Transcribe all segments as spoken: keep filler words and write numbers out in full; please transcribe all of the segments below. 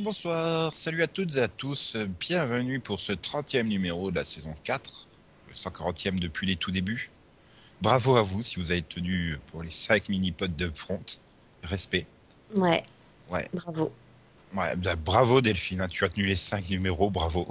bonsoir, salut à toutes et à tous, bienvenue pour ce trentième numéro de la saison quatre, le cent quarantième depuis les tout débuts. Bravo à vous si vous avez tenu pour les cinq mini-pods de front, respect. Ouais, Ouais, bravo. ouais, bah, bravo Delphine, hein, tu as tenu les cinq numéros, bravo.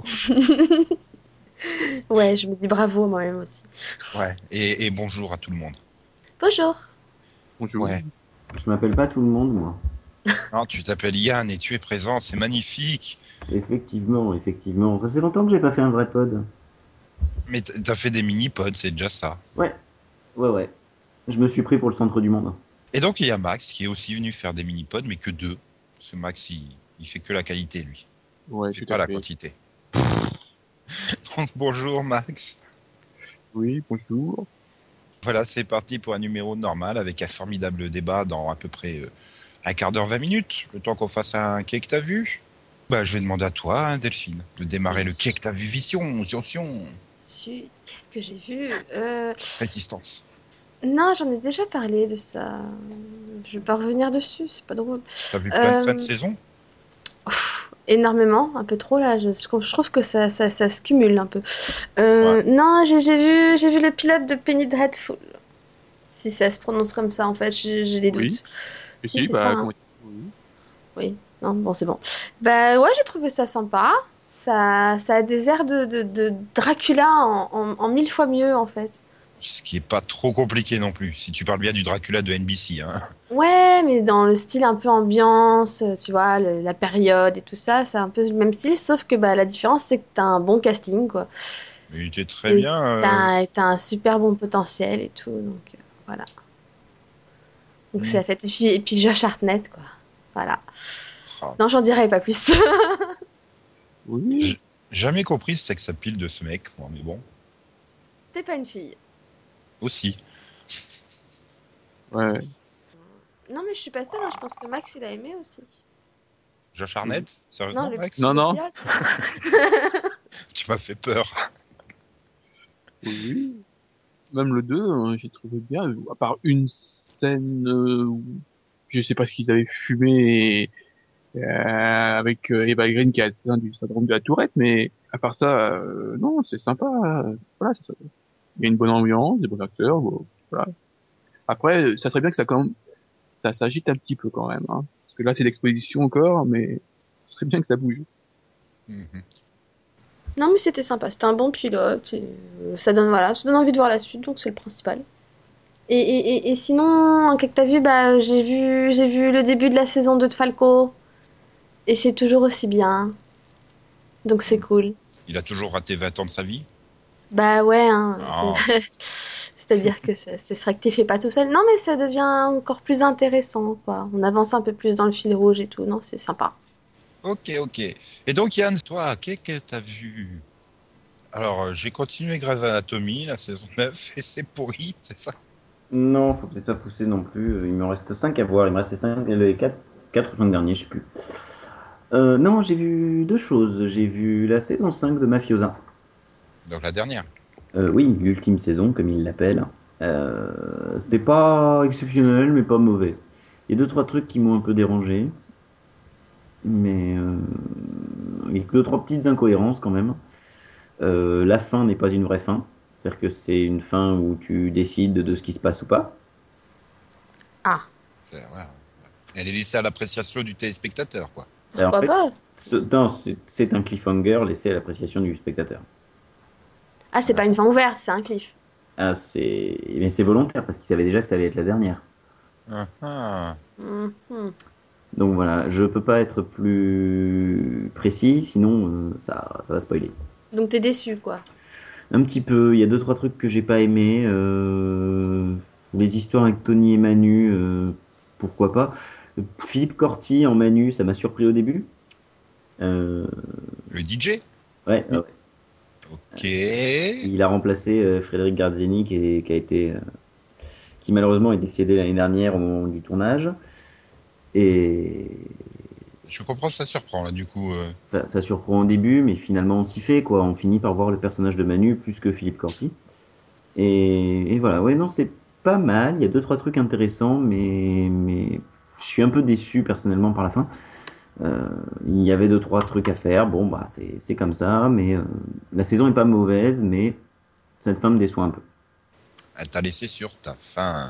Ouais, je me dis bravo moi-même aussi. Ouais, et, et bonjour à tout le monde. Bonjour. Bonjour. Ouais, Je m'appelle pas tout le monde, moi. non, tu t'appelles Yann et tu es présent, c'est magnifique. Effectivement, effectivement. Ça fait longtemps que j'ai pas fait un vrai pod. Mais t- t'as fait des mini-pods, c'est déjà ça. Ouais, ouais, ouais. Je me suis pris pour le centre du monde. Et donc il y a Max qui est aussi venu faire des mini-pods, mais que deux. Ce Max, il, il fait que la qualité, lui. Ouais, Il fait tout pas à la fait. quantité. Donc bonjour Max. Oui, bonjour. Voilà, c'est parti pour un numéro normal avec un formidable débat dans à peu près euh, un quart d'heure, vingt minutes. Le temps qu'on fasse un Qu'est-ce que t'as vu. Bah, je vais demander à toi, hein, Delphine, de démarrer le Qu'est-ce que t'as vu Vision, Vision, Zut, qu'est-ce que j'ai vu? Euh, Résistance. Non, j'en ai déjà parlé de ça. Je vais pas revenir dessus, c'est pas drôle. T'as vu plein de fins de Euh, saison. pff, Énormément, un peu trop là. Je, je trouve je trouve que ça, ça, ça se cumule un peu. Ouais. Euh, non, j'ai j'ai vu, j'ai vu le pilote de Penny Dreadful. Si ça se prononce comme ça, en fait, j'ai j'ai des Oui. doutes. Et Si, si, c'est ça, bah, hein. comment... Oui. Oui, non, bon, c'est bon. Bah ouais, j'ai trouvé ça sympa. Ça, ça a des airs de, de, de Dracula en, en, en mille fois mieux, en fait. Ce qui est pas trop compliqué non plus, si tu parles bien du Dracula de N B C. Hein. Ouais, mais dans le style un peu ambiance, tu vois, le- la période et tout ça, c'est un peu le même style, sauf que bah, la différence, c'est que t'as un bon casting, quoi. Mais il était très Et bien. euh, t'as, t'as un super bon potentiel et tout, donc euh, voilà. Donc hmm. c'est la fête. Et puis, et puis Josh Hartnett, quoi. Voilà. Ah. Non, j'en dirai pas plus. Oui. J'ai jamais compris le sex appeal de ce mec, moi, mais bon, T'es pas une fille. aussi. Ouais. Non, mais je suis pas seule, hein, je pense que Max, il a aimé aussi. Josh Oui. Hartnett, Non, sérieusement, le, Max, Non, le non. pilote. tu m'as fait peur. Oui. Même le deux, hein, j'ai trouvé bien. À part une scène euh, où je sais pas ce qu'ils avaient fumé et, euh, avec euh, Eva Green qui a atteint du syndrome de la Tourette, mais à part ça, euh, non, c'est sympa. euh, Voilà, c'est ça. Il y a une bonne ambiance, des bons acteurs. Bon, voilà. Après, ça serait bien que ça quand même, ça s'agite un petit peu quand même, hein. Parce que là, c'est l'exposition encore, mais ça serait bien que ça bouge. Mhm. Non, mais c'était sympa, c'était un bon pilote. Et, euh, ça donne, voilà, ça donne envie de voir la suite, donc c'est le principal. Et, et, et, et sinon, qu'est-ce que t'as vu? Bah, j'ai vu, j'ai vu le début de la saison deux de Falco, et c'est toujours aussi bien, donc c'est cool. Il a toujours raté vingt ans de sa vie. Bah ouais, hein, c'est- Ah, c'est-à-dire que ça, ça se rectifie pas tout seul. Non, mais ça devient encore plus intéressant, quoi. On avance un peu plus dans le fil rouge et tout, non, c'est sympa. ok, ok. Et donc, Yann, toi, qu'est-ce que t'as vu? Alors, euh, j'ai continué Grey's Anatomy, la saison neuf, et c'est pourri, c'est ça? Non, faut peut-être pas pousser non plus. Il me reste cinq à voir. Il me reste cinq, les quatre, quatre ou cinq derniers, je sais plus. Euh, non, j'ai vu deux choses. J'ai vu la saison cinq de Mafiosa. Donc, la dernière. Euh, oui, l'ultime saison, comme ils l'appellent. Euh, c'était pas exceptionnel, mais pas mauvais. Il y a deux, trois trucs qui m'ont un peu dérangé. Mais euh, il y a que deux, trois petites incohérences quand même. Euh, la fin n'est pas une vraie fin. C'est-à-dire que c'est une fin où tu décides de ce qui se passe ou pas. Ah, C'est- ouais. Elle est laissée à l'appréciation du téléspectateur, quoi. Ben, en pourquoi fait, pas? ce- non, c'est c'est un cliffhanger laissé à l'appréciation du spectateur. Ah, c'est Ah, pas une fin ouverte, c'est un cliff. Ah, c'est... Mais c'est volontaire parce qu'il savait déjà que ça allait être la dernière. ah, ah. Mhm. Donc voilà, je peux pas être plus précis, sinon euh, ça, ça va spoiler. Donc t'es déçu, quoi. Un petit peu, il y a deux, trois trucs que j'ai pas aimé. Euh, Les histoires avec Tony et Manu, euh, pourquoi pas. Philippe Corti en Manu, ça m'a surpris au début. Euh, Le D J? ouais, ouais, Oui. ouais. Ok. Il a remplacé euh, Frédéric Garziani qui, est- qui a été, euh, qui malheureusement est décédé l'année dernière au moment du tournage. Et Je comprends que ça surprend, là, du coup. euh. ça, ça surprend au début, mais finalement on s'y fait, quoi. On finit par voir le personnage de Manu plus que Philippe Corti. Et, et voilà, ouais, non, c'est pas mal. Il y a deux, trois trucs intéressants, mais, mais je suis un peu déçu personnellement par la fin. Euh, il y avait deux trois trucs à faire. Bon, bah c'est c'est comme ça, mais euh, la saison est pas mauvaise, mais cette fin me déçoit un peu. Elle t'a laissé sur ta faim.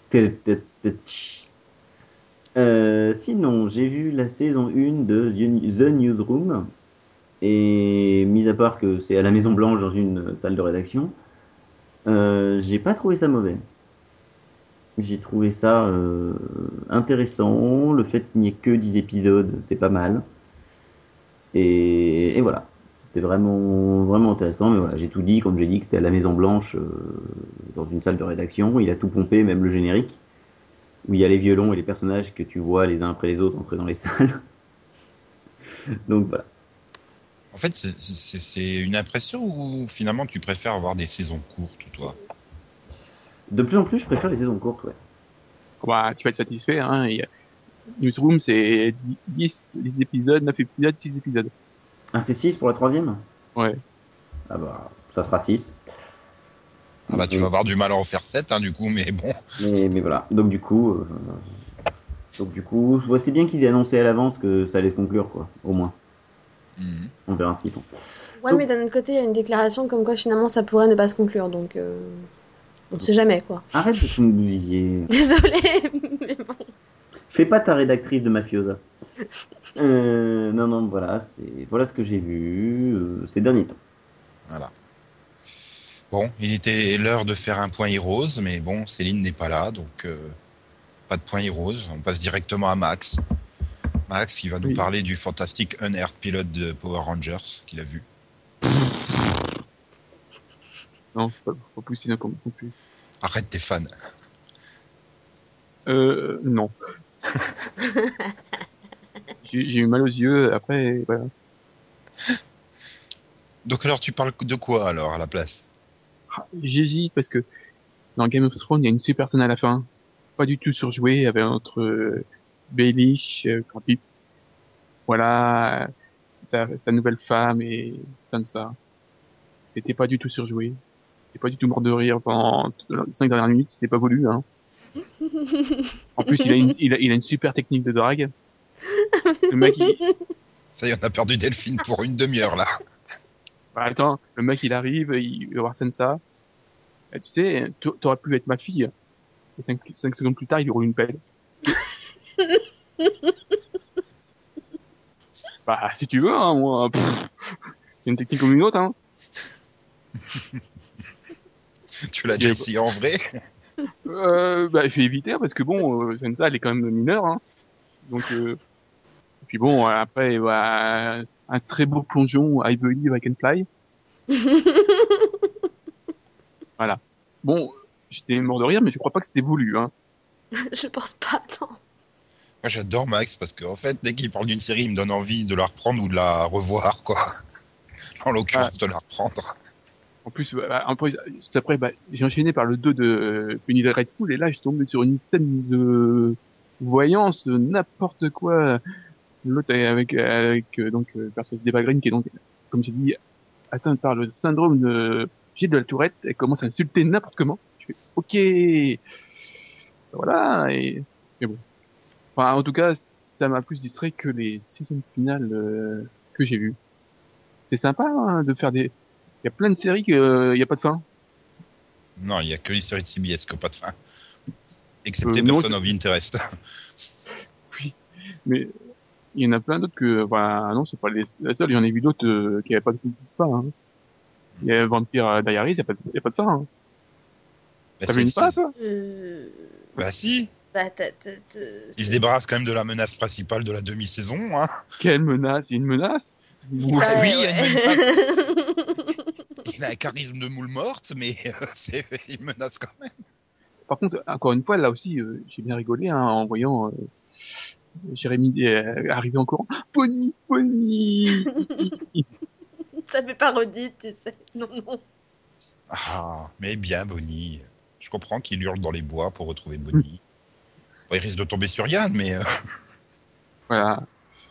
Euh, sinon, j'ai vu la saison un de The Newsroom, et mis à part que c'est à la Maison Blanche dans une salle de rédaction, euh, j'ai pas trouvé ça mauvais. J'ai trouvé ça euh, intéressant. Le fait qu'il n'y ait que dix épisodes, c'est pas mal. Et, et voilà. C'était vraiment, vraiment intéressant. Mais voilà, j'ai tout dit. Comme j'ai dit que c'était à la Maison Blanche, euh, dans une salle de rédaction. Il a tout pompé, même le générique, où il y a les violons et les personnages que tu vois les uns après les autres entrer dans les salles. Donc voilà. En fait, c'est- c'est c'est une impression ou finalement tu préfères avoir des saisons courtes, toi? De plus en plus, je préfère les saisons courtes, ouais. Bah, tu vas être satisfait, hein. Et, euh, Newsroom, c'est dix, dix épisodes, neuf épisodes, six épisodes. Ah, c'est six pour la troisième? Ouais. Ah bah, ça sera six. Ah bah tu vas avoir du mal à en faire sept, hein, du coup, mais bon. Mais, mais voilà. Donc du coup, euh, donc du coup, je vois c'est bien qu'ils aient annoncé à l'avance que ça allait se conclure, quoi. Au moins. Mhm. On verra ce qu'ils font. Ouais, mais Donc, d'un autre côté, il y a une déclaration comme quoi finalement ça pourrait ne pas se conclure, donc euh, on ne sait jamais quoi. arrête de te bousiller. Désolée, mais bon. Fais pas ta rédactrice de mafiosa. Euh, non, non, voilà, c'est voilà ce que j'ai vu euh, ces derniers temps. Voilà. Bon, il était l'heure de faire un point Heroes, mais bon, Céline n'est pas là, donc euh, pas de point Heroes. On passe directement à Max. Max qui va nous Oui. parler du fantastique Unearthed Pilot de Power Rangers qu'il a vu. Non, faut pas, faut pas pousser non non plus. Arrête tes fans. Euh, non. J'ai j'ai eu mal aux yeux, après, voilà. Donc alors tu parles de quoi alors à la place? Ah, j'hésite parce que dans Game of Thrones, il y a une super scène à la fin. Pas du tout surjouée, avec entre euh, Baelish, euh, Crapip, voilà, sa, sa nouvelle femme et Sansa. C'était pas du tout surjoué. C'était pas du tout mort de rire pendant les cinq dernières minutes, c'était pas voulu, hein. En plus, il a une, il a, il a une super technique de drague. Le mec, il, Ça y est, on a perdu Delphine pour une demi-heure là. bah, attends, le mec, il arrive, il va voir Sansa. Et tu sais, t'a- t'aurais pu être ma fille. Et cinq, cinq secondes plus tard, il lui roule une pelle. Ok. Bah, si tu veux, hein, moi, pff, c'est une technique comme une autre, hein. Tu l'as Il y déjà a- essayé en vrai? Euh, bah, je vais éviter, hein, parce que bon, euh, Sansa, elle est quand même mineure, hein. Donc, euh, et puis bon, après, bah, un très beau plongeon, I believe I can fly. Voilà. Bon, j'étais mort de rire, mais je crois pas que c'était voulu, hein. Je pense pas, non. Moi j'adore Max parce qu'en fait dès qu'il parle d'une série il me donne envie de la reprendre ou de la revoir quoi. En Ah, l'occurrence de la reprendre. en plus, bah, après, juste après, bah, j'ai enchaîné par le deux de euh, Penny Dreadful, et là, je suis tombé sur une scène de voyance, de n'importe quoi. L'autre est avec, avec euh, donc euh, le personnage d'Eva Green qui est donc, comme j'ai dit, atteinte par le syndrome de Gilles de la Tourette. Elle commence à insulter n'importe comment. Je fais OK, voilà. Et mais bon, enfin, en tout cas, ça m'a plus distrait que les saisons finales euh, que j'ai vues. C'est sympa hein, de faire des. Il y a plein de séries que il y a pas de fin. Non, il y a que les séries de C B S qui n'ont pas de fin. Euh, Excepté non, Person c'est- of Interest. oui, mais il y en a plein d'autres que. Voilà, non, c'est pas les... la seule. Il y en a vu d'autres euh, qui avaient pas de fin. Hein. Il y a Vampire Diaries, il y a pas de, il y a pas de fin. Hein. Bah, T'as vu c'est, une fin, c'est- toi? Euh, bah si, bah, t'as- t'as- t'as- il se débarrasse quand même de la menace principale de la demi-saison. Hein. Quelle menace? Il y a une menace? Il Ou- Bah oui, paraît, il y a une menace. ouais. Il a un charisme de moule morte, mais euh, c'est une menace quand même. Par contre, encore une fois, là aussi, euh, j'ai bien rigolé hein, en voyant euh, Jérémy euh, arriver en courant. Pony, Pony. Ça fait parodie, tu sais. Non, non. Ah, mais bien Bonnie. Je comprends qu'il hurle dans les bois pour retrouver Bonnie. Bon, il risque de tomber sur Yann, mais... euh, Voilà.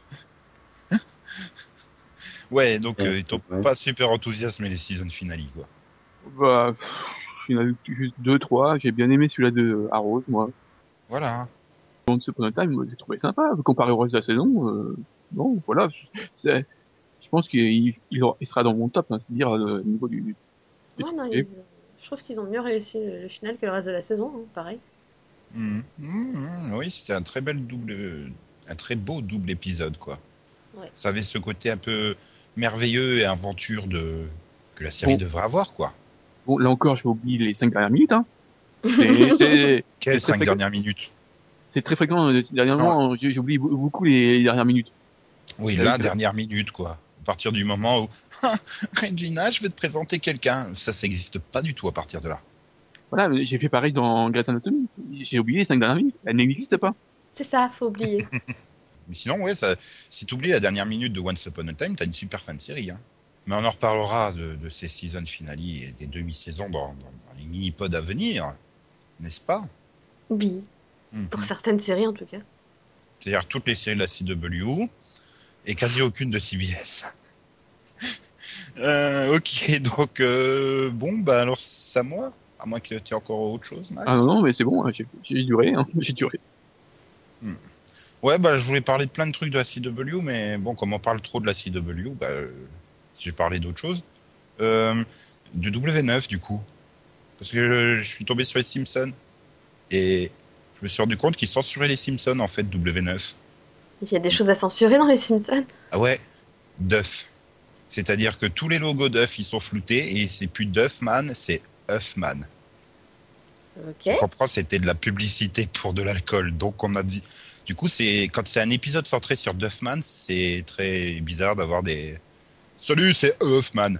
Ouais, donc Euh, euh, ils t'ont ouais. pas super enthousiasmé les season finales, quoi. Bah, pff, il y en a eu juste deux, trois. J'ai bien aimé celui-là de Arrose, moi. Voilà. Once Upon a Time, moi, j'ai trouvé sympa. Comparé au reste de la saison, euh, non, voilà. C'est, je pense qu'il il, il sera dans mon top, hein, c'est-à-dire euh, au niveau du. du Ouais, non, truc. ils- je trouve qu'ils ont mieux réussi le, le final que le reste de la saison, hein, pareil. Mhm. Mhm. Oui, c'était un très bel double, un très beau double épisode, quoi. Ouais. Ça avait ce côté un peu merveilleux et aventure de que la série Bon, devrait avoir, quoi. bon, là encore, je vais oublier les cinq dernières minutes. Hein. C'est, c'est, c'est Quelles très cinq fréquent. dernières minutes? C'est très fréquent. euh, Non. Dernièrement, j'ai- j'oublie be- beaucoup les, les dernières minutes. Oui, Avec, la euh, dernière minute, quoi. À partir du moment où Ah, Regina, je vais te présenter quelqu'un, ça, ça n'existe pas du tout à partir de là. voilà, mais j'ai fait pareil dans Grey's Anatomy. J'ai oublié les cinq dernières minutes. Elle n'existe pas. C'est ça, faut oublier. Mais sinon, ouais, ça, si tu oublies la dernière minute de Once Upon a Time, t'as une super fin de série. Hein. Mais on en reparlera de, de ces season finale et des demi-saisons dans, dans, dans les mini-pods à venir, n'est-ce pas? Oui, Mhm. pour certaines séries en tout cas. C'est-à-dire toutes les séries de la C W et quasi aucune de C B S. Euh, ok, donc euh, bon, bah alors c'est à moi, à moins que tu aies encore autre chose, Ah non, Max. non, mais c'est bon, j'ai, j'ai duré, hein, j'ai duré. Hmm. Ouais, bah je voulais parler de plein de trucs de la C W, mais bon, comme on parle trop de la C W, bah euh, j'ai parlé d'autre chose. Euh, du W neuf du coup, parce que euh, je suis tombé sur les Simpsons et je me suis rendu compte qu'ils censuraient les Simpsons en fait W neuf. Il y a des choses à censurer dans les Simpsons. Ah ouais, Duff. C'est-à-dire que tous les logos Duff ils sont floutés et c'est plus Duffman, c'est Huffman. Ok. Tu comprends, c'était de la publicité pour de l'alcool. Donc on a dit. Du coup, c'est quand c'est un épisode centré sur Duffman, c'est très bizarre d'avoir des. Salut, c'est Huffman.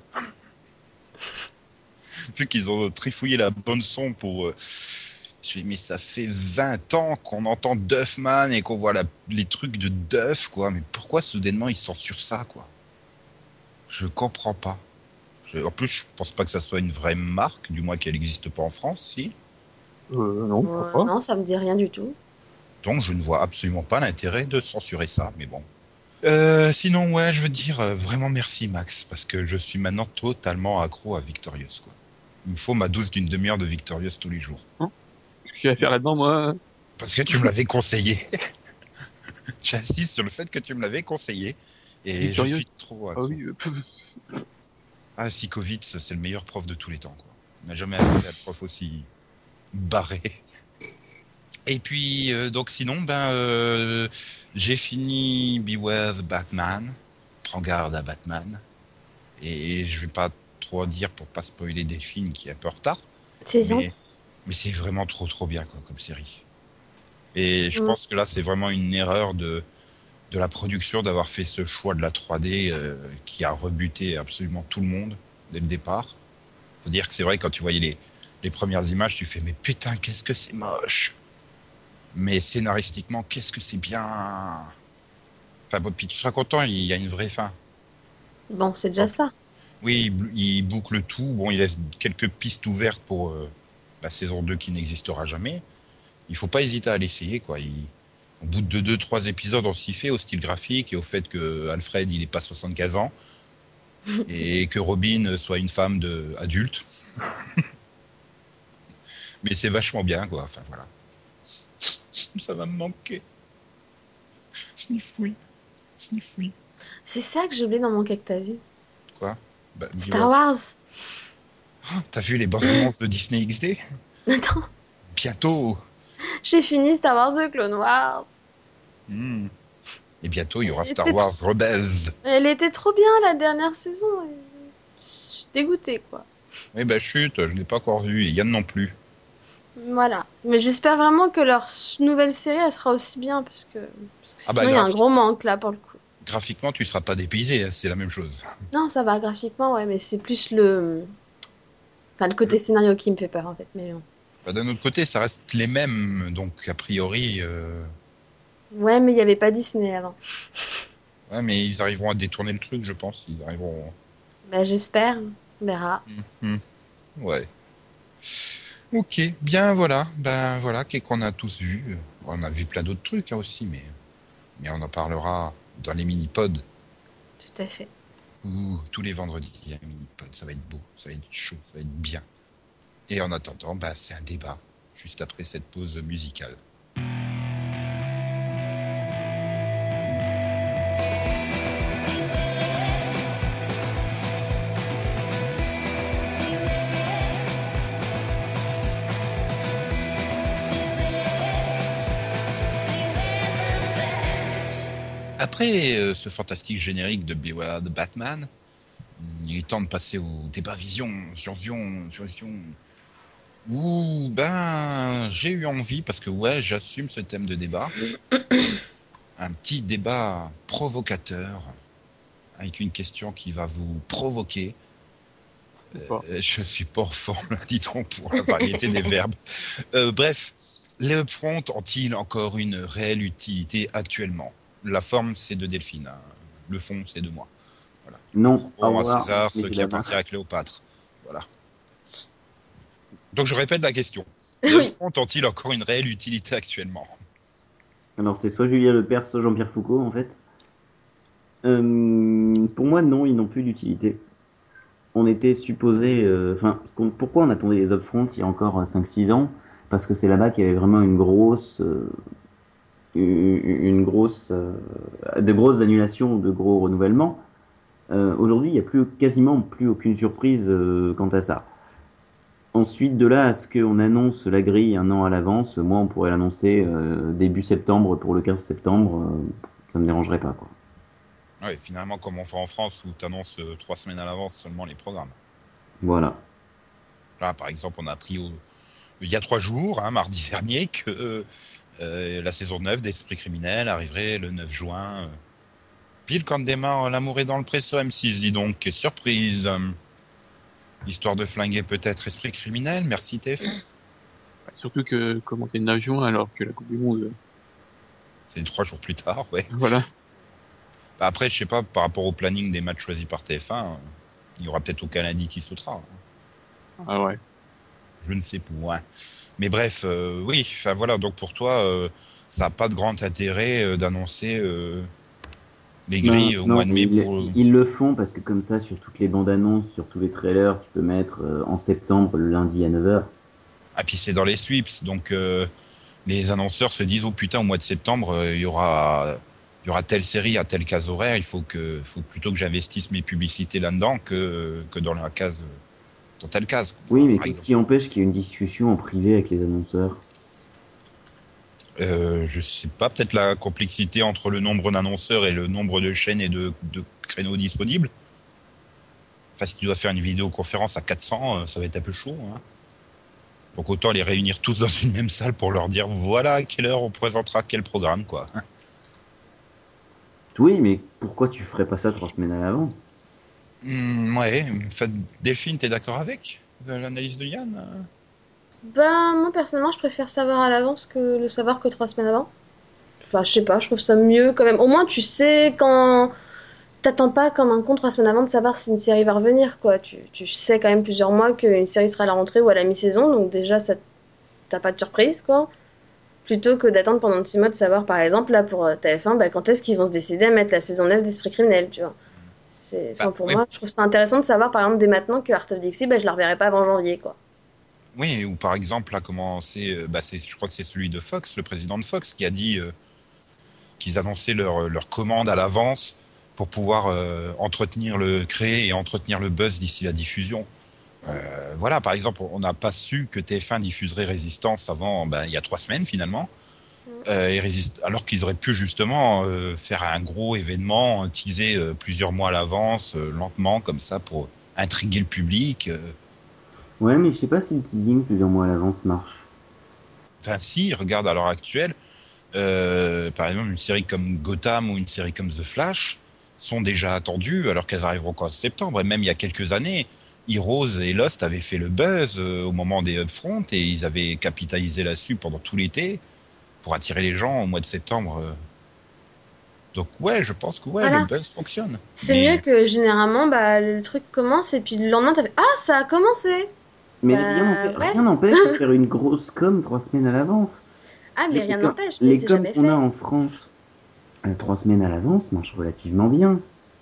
Vu qu'ils ont trifouillé la bonne son pour. euh, Je dis, mais ça fait vingt ans qu'on entend Duffman et qu'on voit la... les trucs de Duff, quoi. Mais pourquoi soudainement ils censurent ça, quoi? Je comprends pas. Je- En plus, je pense pas que ça soit une vraie marque, du moins qu'elle n'existe pas en France, si. Euh, non, pourquoi Euh, pas. non, ça me dit rien du tout. Donc je ne vois absolument pas l'intérêt de censurer ça, mais bon. Euh, sinon, ouais, je veux dire euh, vraiment merci Max, parce que je suis maintenant totalement accro à Victorious, quoi. Il me faut ma dose d'une demi-heure de Victorious tous les jours. Hein, qu'est-ce que j'ai à faire là-dedans, moi? Parce que tu me l'avais conseillé. J'insiste sur le fait que tu me l'avais conseillé. Et je Victorious. suis trop Ah accro. oui, euh, Ah, Sikovic, c'est le meilleur prof de tous les temps, quoi. On n'a jamais inventé un prof aussi barré. Et puis, euh, donc sinon, ben, euh, j'ai fini Beware the Batman. Prends garde à Batman. Et je vais pas trop en dire pour pas spoiler Delphine qui est un peu en retard. C'est Mais, gentil. mais c'est vraiment trop trop bien, quoi, comme série. Et je Mm. pense que là, c'est vraiment une erreur de, de la production d'avoir fait ce choix de la trois D euh, qui a rebuté absolument tout le monde dès le départ. Faut dire que c'est vrai, quand tu voyais les, les premières images, tu fais mais putain, qu'est-ce que c'est moche. Mais scénaristiquement, qu'est-ce que c'est bien. Enfin bon, puis tu seras content, il y a une vraie fin. Bon, c'est déjà Donc, ça. oui, il, il boucle tout. Bon, il laisse quelques pistes ouvertes pour euh, la saison deux qui n'existera jamais. Il faut pas hésiter à l'essayer, quoi. Il, au bout de deux, trois épisodes, on s'y fait au style graphique et au fait que Alfred, il est pas soixante-quinze ans et que Robin soit une femme de adulte. Mais c'est vachement bien, quoi. Enfin, voilà. Ça va me manquer. Snifouille. Snifouille. C'est ça que j'ai oublié dans mon cas que t'as vu. Quoi? Bah, Star dis-moi. Wars. Ah, t'as vu les bandes annonces de Disney X D? Attends, Bientôt. j'ai fini Star Wars The Clone Wars. Hmm. Et bientôt, il y aura Elle Star était, Wars trop... Rebels. Elle était trop bien la dernière saison. et Je suis dégoûtée, quoi. Oui, bah chut, je n'ai pas encore vu. Et Yann non plus. Voilà. Mais j'espère vraiment que leur s- nouvelle série, elle sera aussi bien, parce que, parce que Ah bah sinon, il y a un graphi- gros manque là pour le coup. graphiquement, tu ne seras pas dépaysé, hein, c'est la même chose. Non, ça va graphiquement, ouais, mais c'est plus le... Enfin, le côté Le- scénario qui me fait peur, en fait. Mais bon. Bah, d'un autre côté, ça reste les mêmes, donc a priori, euh, Ouais, mais il n'y avait pas Disney avant. ouais, mais ils arriveront à détourner le truc, je pense. Ils arriveront. Bah, j'espère. On verra. Mhm. Ouais. Ok, bien voilà, ben voilà, qu'est-ce qu'on a tous vu. On a vu plein d'autres trucs hein, aussi, mais mais on en parlera dans les mini-pods Tout à fait. ou tous les vendredis. Il y a un mini-pod, ça va être beau, ça va être chaud, ça va être bien. Et en attendant, ben c'est un débat juste après cette pause musicale. après euh, ce fantastique générique de Beware the Batman, il est temps de passer au débat vision sur Vision, sur Vision, où ben j'ai eu envie, parce que ouais, j'assume ce thème de débat, un petit débat provocateur, avec une question qui va vous provoquer. Pas. Euh, je suis pas en forme, là, dit-on, pour la variété des verbes. Euh, bref, les upfronts ont-ils encore une réelle utilité actuellement? La forme, c'est de Delphine. Hein. Le fond, c'est de moi. Voilà. Non, au Bon, à revoir, César, ce messieurs, qui dames. appartient à Cléopâtre. Voilà. Donc, je répète la question. Les Oui. upfronts ont-ils encore une réelle utilité actuellement? Alors, c'est soit Julien Lepers, soit Jean-Pierre Foucault, en fait. Euh, pour moi, non, ils n'ont plus d'utilité. On était supposé. euh, Enfin, parce qu'on- pourquoi on attendait les upfronts il y a encore cinq six ans? Parce que c'est là-bas qu'il y avait vraiment une grosse. euh, une une grosse. euh, de grosses annulations, de gros renouvellements. Euh, aujourd'hui, il n'y a plus, quasiment plus aucune surprise euh, quant à ça. Ensuite, de là à ce qu'on annonce la grille un an à l'avance, moi, on pourrait l'annoncer euh, début septembre pour le quinze septembre. euh, ça me dérangerait pas, quoi. Ouais, finalement, comme on fait en France, où tu annonces euh, trois semaines à l'avance seulement les programmes. Voilà. Là, par exemple, on a appris au... il y a trois jours, hein, mardi dernier, que euh, la saison neuf d'Esprit criminel arriverait le neuf juin. euh, Pile quand démarre L'amour est dans le pré sur M six, dis donc, quelle surprise. Histoire de flinguer peut-être Esprit criminel, merci T F un. Surtout que commencer le neuf juin alors que la Coupe du Monde. euh, C'est trois jours plus tard, ouais. Voilà. Bah après, je sais pas, par rapport au planning des matchs choisis par T F un, euh, il y aura peut-être aucun lundi qui sautera. hein. Ah ouais. Je ne sais pas. hein. Mais bref, euh, oui, enfin voilà, donc pour toi, euh, ça n'a pas de grand intérêt euh, d'annoncer euh, les Non, grilles au non, mois de mais mai ils, pour. euh, ils le font parce que comme ça, sur toutes les bandes annonces, sur tous les trailers, tu peux mettre euh, en septembre, le lundi à neuf heures. Ah, puis c'est dans les sweeps, donc euh, les annonceurs se disent oh putain, au mois de septembre, euh, il y aura. Il y aura telle série à telle case horaire, il faut que, faut plutôt que j'investisse mes publicités là-dedans que, que dans la case, dans telle case, Oui, mais par qu'est-ce exemple. qui empêche qu'il y ait une discussion en privé avec les annonceurs? Euh, je sais pas, peut-être la complexité entre le nombre d'annonceurs et le nombre de chaînes et de, de créneaux disponibles. Enfin, si tu dois faire une vidéoconférence à quatre cents, euh, ça va être un peu chaud. Hein. Donc autant les réunir tous dans une même salle pour leur dire voilà à quelle heure on présentera quel programme, quoi. Oui, mais pourquoi tu ferais pas ça trois semaines à l'avance? Hmm, ouais, en fait, Delphine, t'es d'accord avec euh, l'analyse de Yann euh Bah, moi personnellement, je préfère savoir à l'avance que le savoir que trois semaines avant. Enfin, je sais pas, je trouve ça mieux quand même. Au moins, tu sais quand. T'attends pas comme un con trois semaines avant de savoir si une série va revenir, quoi. Tu, tu sais quand même plusieurs mois qu'une série sera à la rentrée ou à la mi-saison, donc déjà, ça t'as pas de surprise, quoi. Plutôt que d'attendre pendant six mois de savoir, par exemple, là pour euh, T F un, bah, quand est-ce qu'ils vont se décider à mettre la saison neuf d'Esprit criminel, tu vois. C'est... Bah Enfin, pour oui, moi, je trouve ça intéressant de savoir, par exemple, dès maintenant que Art of Dixie, bah, je la reverrai pas avant janvier, quoi. oui, ou par exemple, là, comment c'est, euh, bah, c'est, je crois que c'est celui de Fox, le président de Fox, qui a dit euh, qu'ils annonçaient leur, leur commande à l'avance pour pouvoir euh, entretenir le créer et entretenir le buzz d'ici la diffusion. Euh, voilà, par exemple, on n'a pas su que T F un diffuserait Résistance avant, ben, il y a trois semaines finalement, Mm. euh, et résiste, alors qu'ils auraient pu justement euh, faire un gros événement, teaser euh, plusieurs mois à l'avance, euh, lentement comme ça pour intriguer le public. euh. Ouais, mais je sais pas si le teasing plusieurs mois à l'avance marche. Enfin, si, regarde à l'heure actuelle, euh, par exemple, une série comme Gotham ou une série comme The Flash sont déjà attendues alors qu'elles arriveront qu'en septembre. Et même il y a quelques années, Heroes et Lost avaient fait le buzz euh, au moment des upfronts et ils avaient capitalisé là-dessus pendant tout l'été pour attirer les gens au mois de septembre. euh. Donc ouais, je pense que ouais, le Voilà. buzz fonctionne. C'est mieux Mais que généralement, bah, le truc commence et puis le lendemain, t'as fait ah, ça a commencé! Mais rien Bah, n'empê- ouais. rien n'empêche de faire une grosse com trois semaines à l'avance. Ah, mais Les, rien com- n'empêche, mais les c'est coms jamais qu'on a fait. en France, euh, trois semaines à l'avance, marchent relativement bien.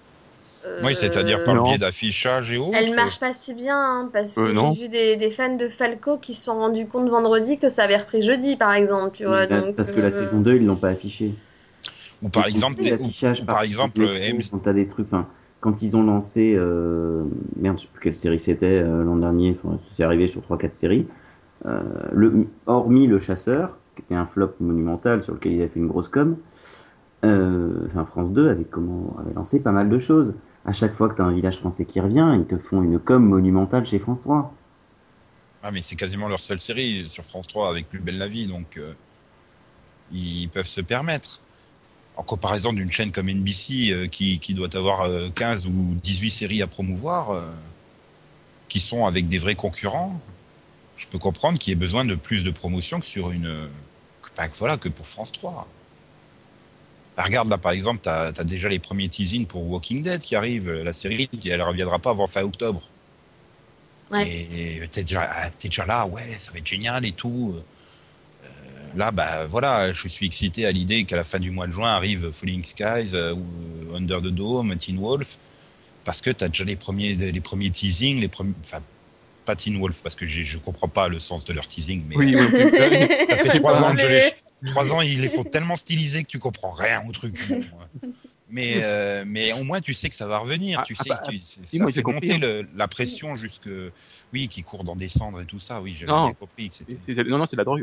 oui, c'est-à-dire par Euh... le biais Non. d'affichage et Elle autres. marche pas si bien, hein, parce Euh, que j'ai non. vu des, des fans de Falco qui se sont rendus compte vendredi que ça avait repris jeudi, par exemple, tu vois, La- donc... parce que la euh, saison deux ils l'ont pas affiché. Ou Ils par font exemple, plus des, ou, d'affichage ou par partout dans exemple, le euh, métro, M- quand t'as des trucs. Enfin, quand ils ont lancé. euh, Merde, je sais plus quelle série c'était euh, l'an dernier. Enfin, c'est arrivé sur trois quatre séries. Euh, le, hormis Le Chasseur, qui était un flop monumental sur lequel ils avaient fait une grosse com. Euh, enfin, France deux avait, comment, avait lancé pas mal de choses. À chaque fois que tu as un village français qui revient, ils te font une com monumentale chez France trois. Ah, mais c'est quasiment leur seule série sur France trois avec Plus belle la vie, donc euh, ils peuvent se permettre. En comparaison d'une chaîne comme N B C euh, qui, qui doit avoir euh, quinze ou dix-huit séries à promouvoir, euh, qui sont avec des vrais concurrents, je peux comprendre qu'il y ait besoin de plus de promotion que sur une. euh, que, pas- voilà, que pour France trois. Bah, regarde là par exemple, t'as as déjà les premiers teasings pour Walking Dead qui arrivent. La série, elle reviendra pas avant fin octobre. Ouais. Et t'es déjà, ah, t'es déjà là, ouais, ça va être génial et tout. Là, bah voilà, je suis excité à l'idée qu'à la fin du mois de juin arrive Falling Skies, euh, ou euh, Under the Dome, Teen Wolf, parce que t'as déjà les premiers, les premiers teasings, les premiers, enfin pas Teen Wolf parce que j'ai- je comprends pas le sens de leur teasing, mais Oui, euh, moi non plus. Euh, ça fait je sais trois pas. ans que je les, Mais- trois ans ils les font tellement stylisés que tu comprends rien au truc. Bon, euh, mais euh, mais au moins tu sais que ça va revenir, Ah, tu ah sais, bah, tu- si, ça moi j'ai fait compris. monter Hein. le, la pression jusque, oui, qui court dans des cendres et tout ça. Oui, j'avais bien Non, compris que c'était. c'est- c'est- non, non, c'est de la drogue.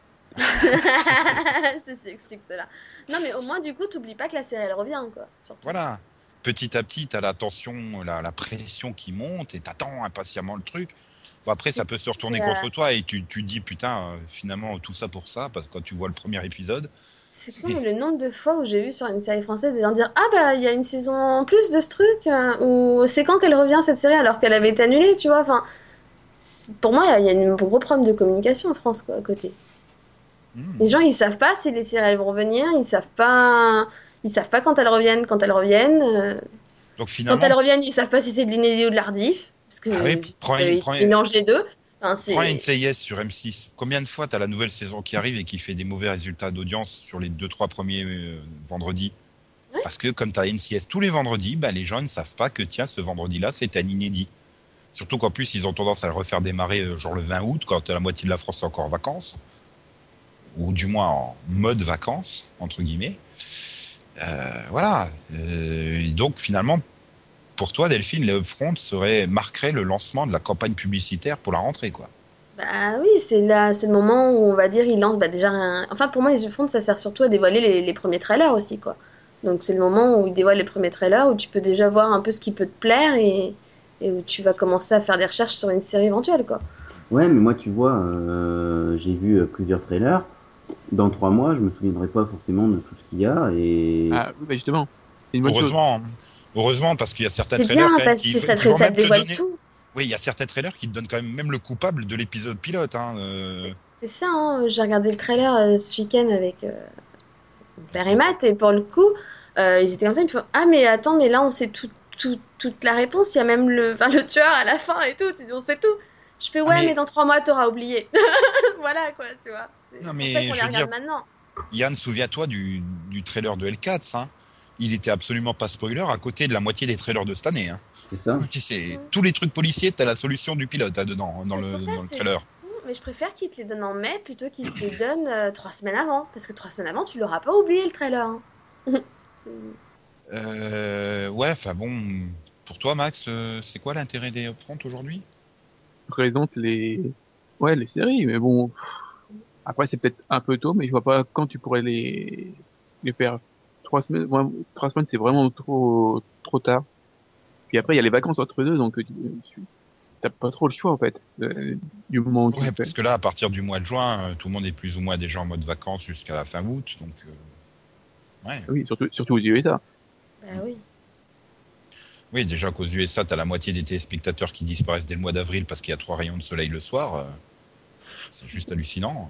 Ceci explique cela. Non, mais au moins, du coup, t'oublies pas que la série, elle revient, quoi. Surtout. Voilà. Petit à petit, t'as la tension, la, la pression qui monte et t'attends impatiemment le truc. Bon, après, C'est ça peut se retourner euh, contre toi et tu, tu te dis, putain, euh, finalement, tout ça pour ça, parce que quand tu vois le premier épisode. c'est con, mais le nombre de fois où j'ai vu sur une série française des gens dire ah bah il y a une saison en plus de ce truc, euh, ou c'est quand qu'elle revient cette série alors qu'elle avait été annulée, tu vois. Enfin, c'est- pour moi, il y a un gros problème de communication en France, quoi, à côté. Les Hmm. gens, ils savent pas si les séries elles vont revenir, ils savent pas, ils savent pas quand elles reviennent, quand elles reviennent. euh, Donc Quand elles finalement, reviennent, ils savent pas si c'est de l'inédit ou de l'ardif, parce que ah oui, euh, prends, une- ils prends, mélangent les deux. Enfin, prends c'est N C I S sur M six. Combien de fois t'as la nouvelle saison qui arrive et qui fait des mauvais résultats d'audience sur les deux, trois premiers euh, vendredis? ouais, Parce que comme t'as N C I S tous les vendredis, bah, les gens ne savent pas que tiens, ce vendredi-là, c'est un inédit. Surtout qu'en plus, ils ont tendance à le refaire démarrer euh, genre le vingt août, quand la moitié de la France est encore en vacances, ou du moins en mode vacances, entre guillemets. Euh, voilà. Euh, et donc finalement, pour toi, Delphine, les upfront serait, marquerait le lancement de la campagne publicitaire pour la rentrée, quoi. bah oui, c'est là, c'est le moment où on va dire ils lancent bah, déjà un... Enfin, pour moi, les upfronts, ça sert surtout à dévoiler les, les premiers trailers aussi, quoi. Donc c'est le moment où ils dévoilent les premiers trailers, où tu peux déjà voir un peu ce qui peut te plaire et, et où tu vas commencer à faire des recherches sur une série éventuelle, quoi. Ouais, mais moi, tu vois, euh, j'ai vu euh, plusieurs trailers. Dans trois mois, je me souviendrai pas forcément de tout ce qu'il y a. Et Ah, oui, bah justement, c'est une bonne chose. Heureusement, hein. Heureusement, parce qu'il y a certains C'est trailers bien quand même parce qui, que ça qui te, vont ça même te te dévoile donner. tout. Oui, il y a certains trailers qui te donnent quand même même le coupable de l'épisode pilote. Hein, euh, C'est ça, hein. J'ai regardé le trailer euh, ce week-end avec, euh, mon avec père et tes Matt, et pour le coup, euh, ils étaient comme ça, ils me font ah, mais attends, mais là, on sait tout, tout- toute la réponse, il y a même le, enfin, le tueur à la fin et tout, tu dis, on sait tout. Je fais Ah ouais, mais mais dans trois mois, t'auras oublié. Voilà, quoi, tu vois. non C'est pour ça mais qu'on je les veux dire, regarde maintenant. Yann, souviens-toi du, du trailer de L quatre, hein. Il était absolument pas spoiler à côté de la moitié des trailers de cette année. Hein. c'est ça. C'est Mm. tous les trucs policiers, t'as la solution du pilote hein, dedans dans C'est pour le ça, dans le c'est trailer. con, mais je préfère qu'ils te les donnent en mai plutôt qu'ils te les donnent euh, trois semaines avant. Parce que trois semaines avant, tu l'auras pas oublié le trailer, hein. C'est- Euh, ouais, enfin bon, pour toi, Max, euh, c'est quoi l'intérêt des upfront aujourd'hui? Présente les, ouais, les séries, mais bon, après c'est peut-être un peu tôt, mais je vois pas quand tu pourrais les, les faire. Trois semaines, moi, trois semaines c'est vraiment trop, trop tard. Puis après il y a les vacances entre deux, donc euh, tu t'as pas trop le choix en fait, euh, du moment où tu Ouais, le parce fais. que là, à partir du mois de juin, euh, tout le monde est plus ou moins déjà en mode vacances jusqu'à la fin août, donc euh, ouais. Oui, surtout, surtout aux U S A. Bah oui. Oui, déjà qu'aux U S A, t'as la moitié des téléspectateurs qui disparaissent dès le mois d'avril parce qu'il y a trois rayons de soleil le soir. euh, c'est juste hallucinant.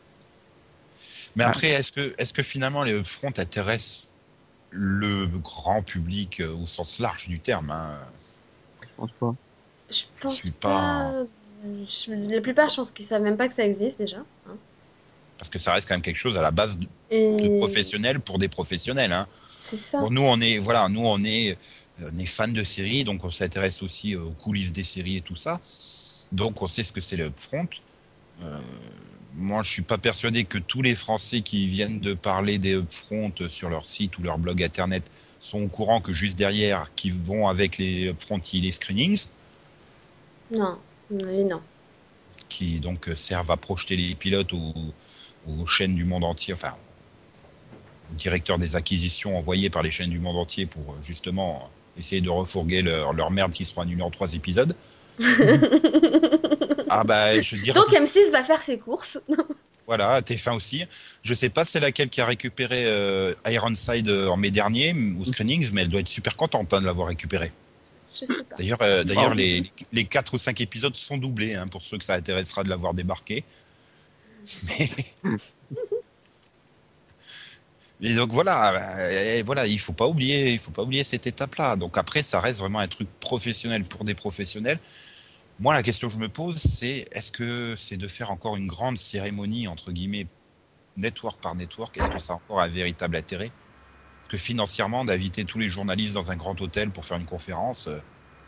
Mais Ah, après, est-ce que, est-ce que finalement les upfront intéressent le grand public euh, au sens large du terme hein? je pense pas. Je Je suis pense pas. pas. je- La plupart, je pense qu'ils savent même pas que ça existe déjà, hein. Parce que ça reste quand même quelque chose à la base de, de Et professionnels pour des professionnels. Hein. c'est ça. Bon, nous, on est, voilà, nous, on est, on est fans de séries, donc on s'intéresse aussi aux coulisses des séries et tout ça. Donc, on sait ce que c'est le upfront. Euh, moi, je suis pas persuadé que tous les Français qui viennent de parler des upfront sur leur site ou leur blog internet sont au courant que juste derrière, qui vont avec les upfront, il y a les screenings, Non, oui, non. qui donc servent à projeter les pilotes aux, aux chaînes du monde entier, enfin directeur des acquisitions envoyé par les chaînes du monde entier pour euh, justement essayer de refourguer leur, leur merde qui sera annulée en trois épisodes. Ah bah, je veux dire, Donc M six va faire ses courses. voilà, T F un aussi. Je sais pas c'est laquelle qui a récupéré euh, Ironside euh, en mai dernier ou Screenings, mais elle doit être super contente hein, de l'avoir récupéré. Je sais pas. D'ailleurs, euh, d'ailleurs Ah, les, les quatre ou cinq épisodes sont doublés hein, pour ceux que ça intéressera de l'avoir débarqué. Mais... Et donc voilà, et voilà, il faut pas oublier, il faut pas oublier cette étape-là. Donc après, ça reste vraiment un truc professionnel pour des professionnels. Moi, la question que je me pose, c'est est-ce que c'est de faire encore une grande cérémonie entre guillemets, network par network, est-ce que ça a encore un véritable intérêt? Parce que financièrement, d'inviter tous les journalistes dans un grand hôtel pour faire une conférence, euh,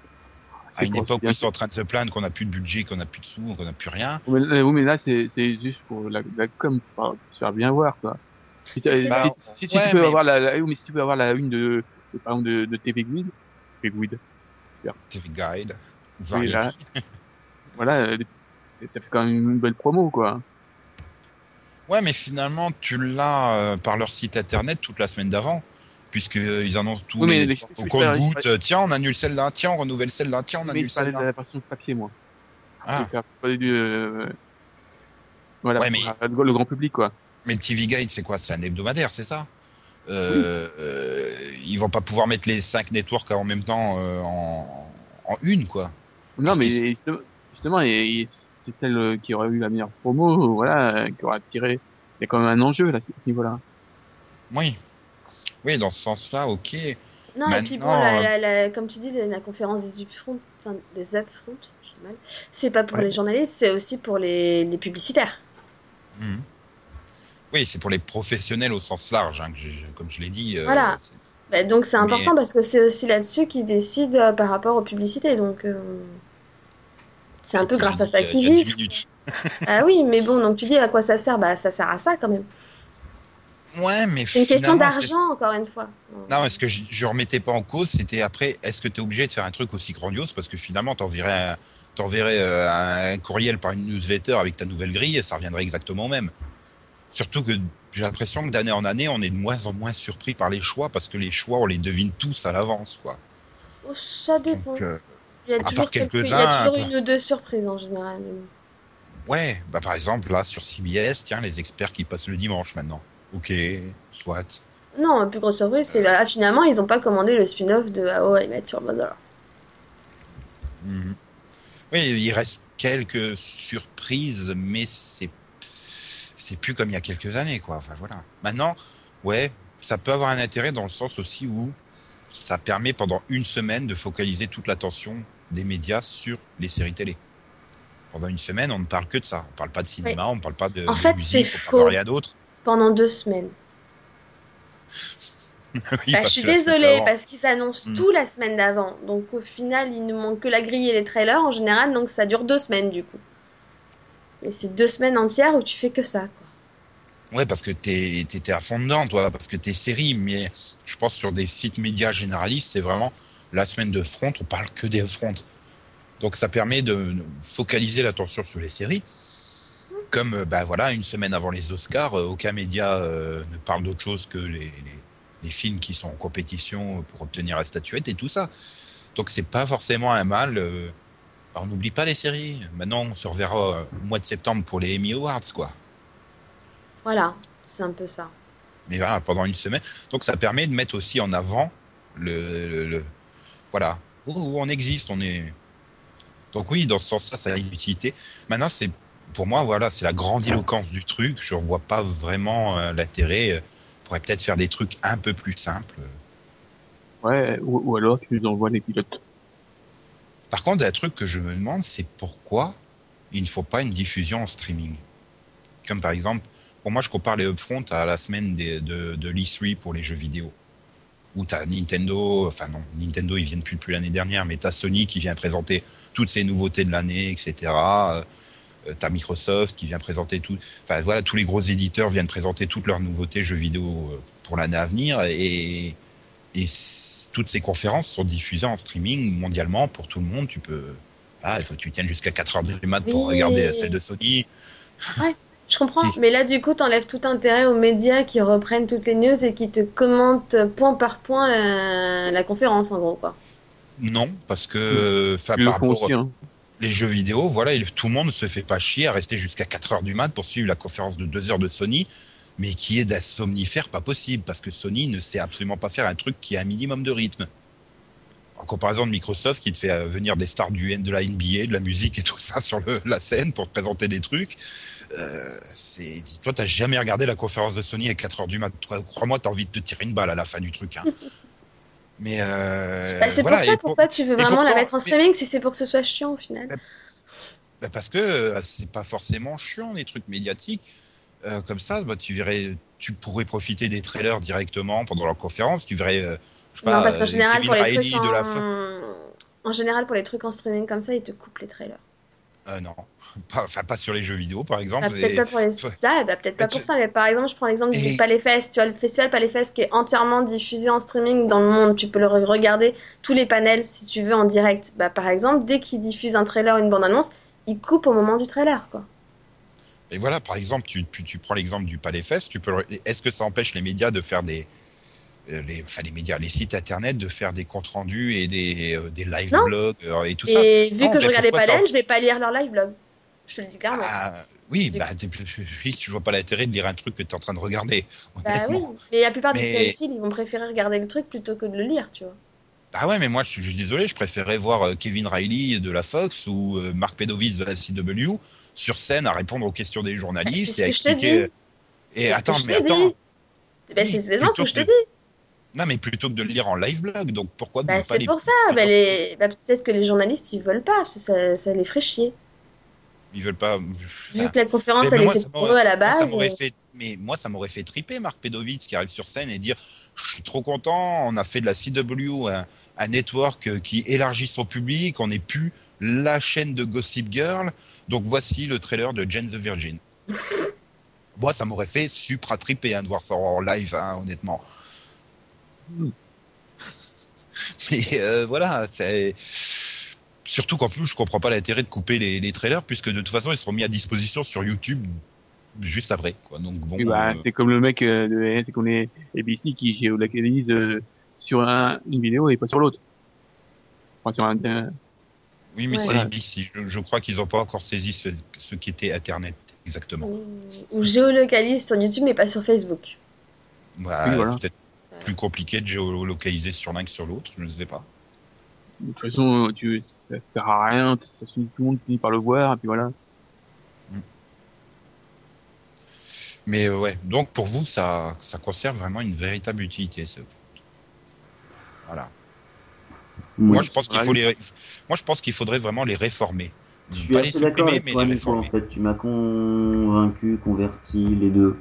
à c'est une pour époque où bien ils sont en train de se plaindre qu'on n'a plus de budget, qu'on n'a plus de sous, qu'on n'a plus rien. Oui, mais, oui, mais là, c'est, c'est juste pour la, la com, pour se faire bien voir, quoi. Si, t'as- Mais c'est Bah si, là. si, si tu ouais, peux mais avoir la, la, oui, mais si tu peux avoir la une de, de par exemple, de, de T V Guide, T V Guide, super. T V Guide, Oui, là, Variety. voilà, euh, ça fait quand même une belle promo, quoi. Ouais, mais finalement, tu l'as euh, par leur site internet toute la semaine d'avant, puisqu'ils annoncent tous Oui, les mais les- networks je, au je, parlais, je, compte-gouttes. parlais, euh, Tiens, on annule celle-là. Tiens, on renouvelle celle-là. Tiens, on mais annule je parlais de celle-là. la version papier, moi. Je Ah, faire parler du, euh, voilà, ouais, pour mais, euh, le grand public, quoi. mais le T V Guide, c'est quoi? C'est un hebdomadaire, c'est ça? Oui. euh, euh, Ils vont pas pouvoir mettre les cinq networks en même temps euh, en, en une, quoi. Non, Puisqu'ils... mais justement, justement, et, et c'est celle euh, qui aurait eu la meilleure promo, voilà, euh, qui aurait attiré. Il y a quand même un enjeu, là, à ce niveau-là. Oui, oui, dans ce sens-là, ok. Non, et puis bon, la, Maintenant, euh, la, la- comme tu dis, la, la conférence des upfront, enfin, des upfront, j'ai du mal, c'est pas pour Ouais. les journalistes, c'est aussi pour les, les publicitaires. mhm. Oui, c'est pour les professionnels au sens large, hein, que j'ai- comme je l'ai dit. euh, Voilà. c'est- Bah, donc c'est mais important parce que c'est aussi là-dessus qu'ils décident euh, par rapport aux publicités. Donc euh, c'est un et peu que j'ai grâce à dit ça il y a, qu'ils il y a dix vivent. minutes. Ah oui, mais bon, donc tu dis à quoi ça sert? Bah ça sert à ça quand même. Ouais, mais C'est une question finalement, c'est... d'argent, encore une fois. Non, ce que je, je remettais pas en cause, c'était après, est-ce que tu es obligé de faire un truc aussi grandiose? Parce que finalement, t'enverrais un, t'enverrais euh, un courriel par une newsletter avec ta nouvelle grille et ça reviendrait exactement au même. Surtout que j'ai l'impression que d'année en année, on est de moins en moins surpris par les choix parce que les choix, on les devine tous à l'avance, quoi. Oh, ça dépend. Donc, euh, Il y a à part toujours quelques... Il y a quelques-uns, toujours pour- une ou deux surprises en général. Mais bon. ouais, bah par exemple, là, sur C B S, tiens, les experts qui passent le dimanche maintenant. Ok, soit. Non, la plus grosse surprise, c'est Euh, bah, finalement, ils n'ont pas commandé le spin-off de How I Met Your Mother. mhm. Oui, il reste quelques surprises, mais c'est c'est plus comme il y a quelques années, quoi. Enfin voilà. Maintenant, ouais, ça peut avoir un intérêt dans le sens aussi où ça permet pendant une semaine de focaliser toute l'attention des médias sur les séries télé. Pendant une semaine, on ne parle que de ça. On parle pas de Oui. cinéma, on parle pas de, En de fait, c'est musique, on parle de faux rien d'autre. pendant deux semaines. Oui, Bah, je parce suis que la semaine désolée d'avant. parce qu'ils annoncent Hmm. tout la semaine d'avant. Donc au final, il nous manque que la grille et les trailers en général, donc ça dure deux semaines du coup. Mais c'est deux semaines entières où tu fais que ça, quoi. Ouais, parce que t'es, t'étais à fond dedans, toi, parce que t'es série, mais je pense sur des sites médias généralistes, c'est vraiment la semaine de front, on parle que des fronts. Donc ça permet de focaliser l'attention sur les séries. Comme euh, bah voilà, une semaine avant les Oscars, euh, aucun média euh, ne parle d'autre chose que les, les, les films qui sont en compétition pour obtenir la statuette et tout ça. Donc c'est pas forcément un mal. Euh, alors, on n'oublie pas les séries. Maintenant, on se reverra euh, au mois de septembre pour les Emmy Awards, quoi. Voilà, c'est un peu ça. Mais voilà, pendant une semaine. Donc ça permet de mettre aussi en avant le, le, le- voilà, où, où on existe, on est. Donc oui, dans ce sens-là, ça a une utilité. Maintenant, c'est pour moi, voilà, c'est la grandiloquence du truc. Je ne vois pas vraiment euh, l'intérêt. On pourrait peut-être faire des trucs un peu plus simples. Ouais, ou, ou alors tu nous envoies les pilotes. Par contre, il y a un truc que je me demande, c'est pourquoi il ne faut pas une diffusion en streaming. Comme par exemple, pour moi, je compare les upfront à la semaine des, de, de l'E trois pour les jeux vidéo. Où tu as Nintendo, enfin non, Nintendo, ils viennent plus depuis l'année dernière, mais tu as Sony qui vient présenter toutes ses nouveautés de l'année, et cetera. Euh, tu as Microsoft qui vient présenter tout. Enfin voilà, tous les gros éditeurs viennent présenter toutes leurs nouveautés jeux vidéo euh, pour l'année à venir. Et, et toutes ces conférences sont diffusées en streaming mondialement pour tout le monde. Tu peux. Ah, il faut que tu tiennes jusqu'à quatre heures du mat pour regarder celle Oui. de Sony. Ouais. Je comprends, Qui- mais là du coup t'enlèves tout intérêt aux médias qui reprennent toutes les news et qui te commentent point par point la, la conférence en gros quoi. Non, parce Mm. que, enfin, Ils le par font rapport aussi, hein. les jeux vidéo, voilà, il- tout le monde ne se fait pas chier à rester jusqu'à quatre heures du mat pour suivre la conférence de deux heures de Sony, mais qui est somnifère, pas possible, parce que Sony ne sait absolument pas faire un truc qui a un minimum de rythme. En comparaison de Microsoft qui te fait euh, venir des stars du, de la N B A, de la musique et tout ça sur le, la scène pour te présenter des trucs. Euh, c'est, toi, t'as jamais regardé la conférence de Sony à quatre heures du mat. Toi, crois-moi, t'as envie de te tirer une balle à la fin du truc. Hein. Mais Bah, euh, c'est pour voilà. ça Et, pour, pourquoi tu veux et vraiment la pourtant, mettre en mais, streaming si c'est pour que ce soit chiant au final. bah, parce que euh, c'est pas forcément chiant les trucs médiatiques. Euh, comme ça, bah, tu verrais, tu pourrais profiter des trailers directement pendant la conférence. Tu verrais, euh, je sais Non, pas, parce qu'en euh, général Kevin pour les trucs Riley de la Fox. en en général pour les trucs en streaming comme ça, ils te coupent les trailers. Euh, non, pas, enfin pas sur les jeux vidéo par Bah, exemple. peut-être Et, pas pour les ah, bah, peut-être mais pas pour tu- ça, mais par exemple, je prends l'exemple du et Palais Fest. Tu vois, le festival Palais Fest qui est entièrement diffusé en streaming dans le monde. Tu peux le re- regarder tous les panels si tu veux en direct. Bah, par exemple, dès qu'ils diffusent un trailer, une bande-annonce, ils coupent au moment du trailer, quoi. Et voilà, par exemple, tu, tu, tu prends l'exemple du Palais Fest, tu peux le- est-ce que ça empêche les médias de faire des, euh, les, enfin les médias, les sites internet de faire des comptes rendus et des, euh, des live Non? blogs euh, et tout ça? Et vu Non, que je mais regarde les pourquoi ça? panels, je vais pas lire leur live blog. Je te le dis clairement. Ah, oui, Du- bah, t'es- oui, je vois pas l'intérêt de lire un truc que tu es en train de regarder, Bah oui. honnêtement. Mais la plupart des Mais cinéphiles, ils vont préférer regarder le truc plutôt que de le lire, tu vois. ah ouais, mais moi je suis, je suis désolé, je préférais voir euh, Kevin Riley de la Fox ou euh, Mark Pedovitz de la C W sur scène à répondre aux questions des Bah, c'est journalistes ce et à que je te expliquer. dis. Et C'est ce que attends, je mais te attends, dis. Bah, c'est oui, exactement ce plutôt que je que te de, dis. non, mais plutôt que de le lire en live blog. Donc pourquoi ne Bah, pas c'est les pour ça. diffuser Bah, en streaming? les... bah, peut-être que les journalistes, ils veulent pas, parce que ça, ça les ferait chier. Ils veulent pas. Vu Enfin, que la mais, conférence, mais elle moi était ça pour eux m'aurait, à la moi ça base. m'aurait euh, fait, mais moi ça m'aurait fait triper Marc Pedovitz qui arrive sur scène et dire je suis trop content, on a fait de la C W un, un network euh, qui élargit son public, on n'est plus la chaîne de Gossip Girl, donc voici le trailer de Jane the Virgin. Moi ça m'aurait fait supra triper hein, de voir ça en live, hein, honnêtement. Mm. Mais euh, voilà, c'est surtout qu'en plus je comprends pas l'intérêt de couper les, les trailers puisque de toute façon ils seront mis à disposition sur YouTube juste après, quoi. Donc bon, Et bah, euh, c'est comme le mec euh, de c'est qu'on est A B C qui géolocalise euh, sur un, une vidéo et pas sur l'autre. Enfin, sur un, un- oui, mais c'est Ouais. voilà. A B C. Je, je crois qu'ils n'ont pas encore saisi ce, ce qui était Internet exactement. Ou, ou géolocalise sur YouTube, mais pas sur Facebook. Oui, Bah, c'est voilà. peut-être Voilà. plus compliqué de géolocaliser sur l'un que sur l'autre, je ne sais pas. De toute façon, tu, ça sert à rien, ça finit, tout le monde finit par le voir, et puis voilà. Mais euh, ouais, donc pour vous, ça, ça conserve vraiment une véritable utilité. Ce... Voilà. Moi, Oui. je pense qu'il Voilà. faut les, moi, je pense qu'il faudrait vraiment les réformer. Je suis Pas les assez d'accord supprimer, avec mais toi, les Nico, en réformer. fait. Tu m'as convaincu, converti, les deux.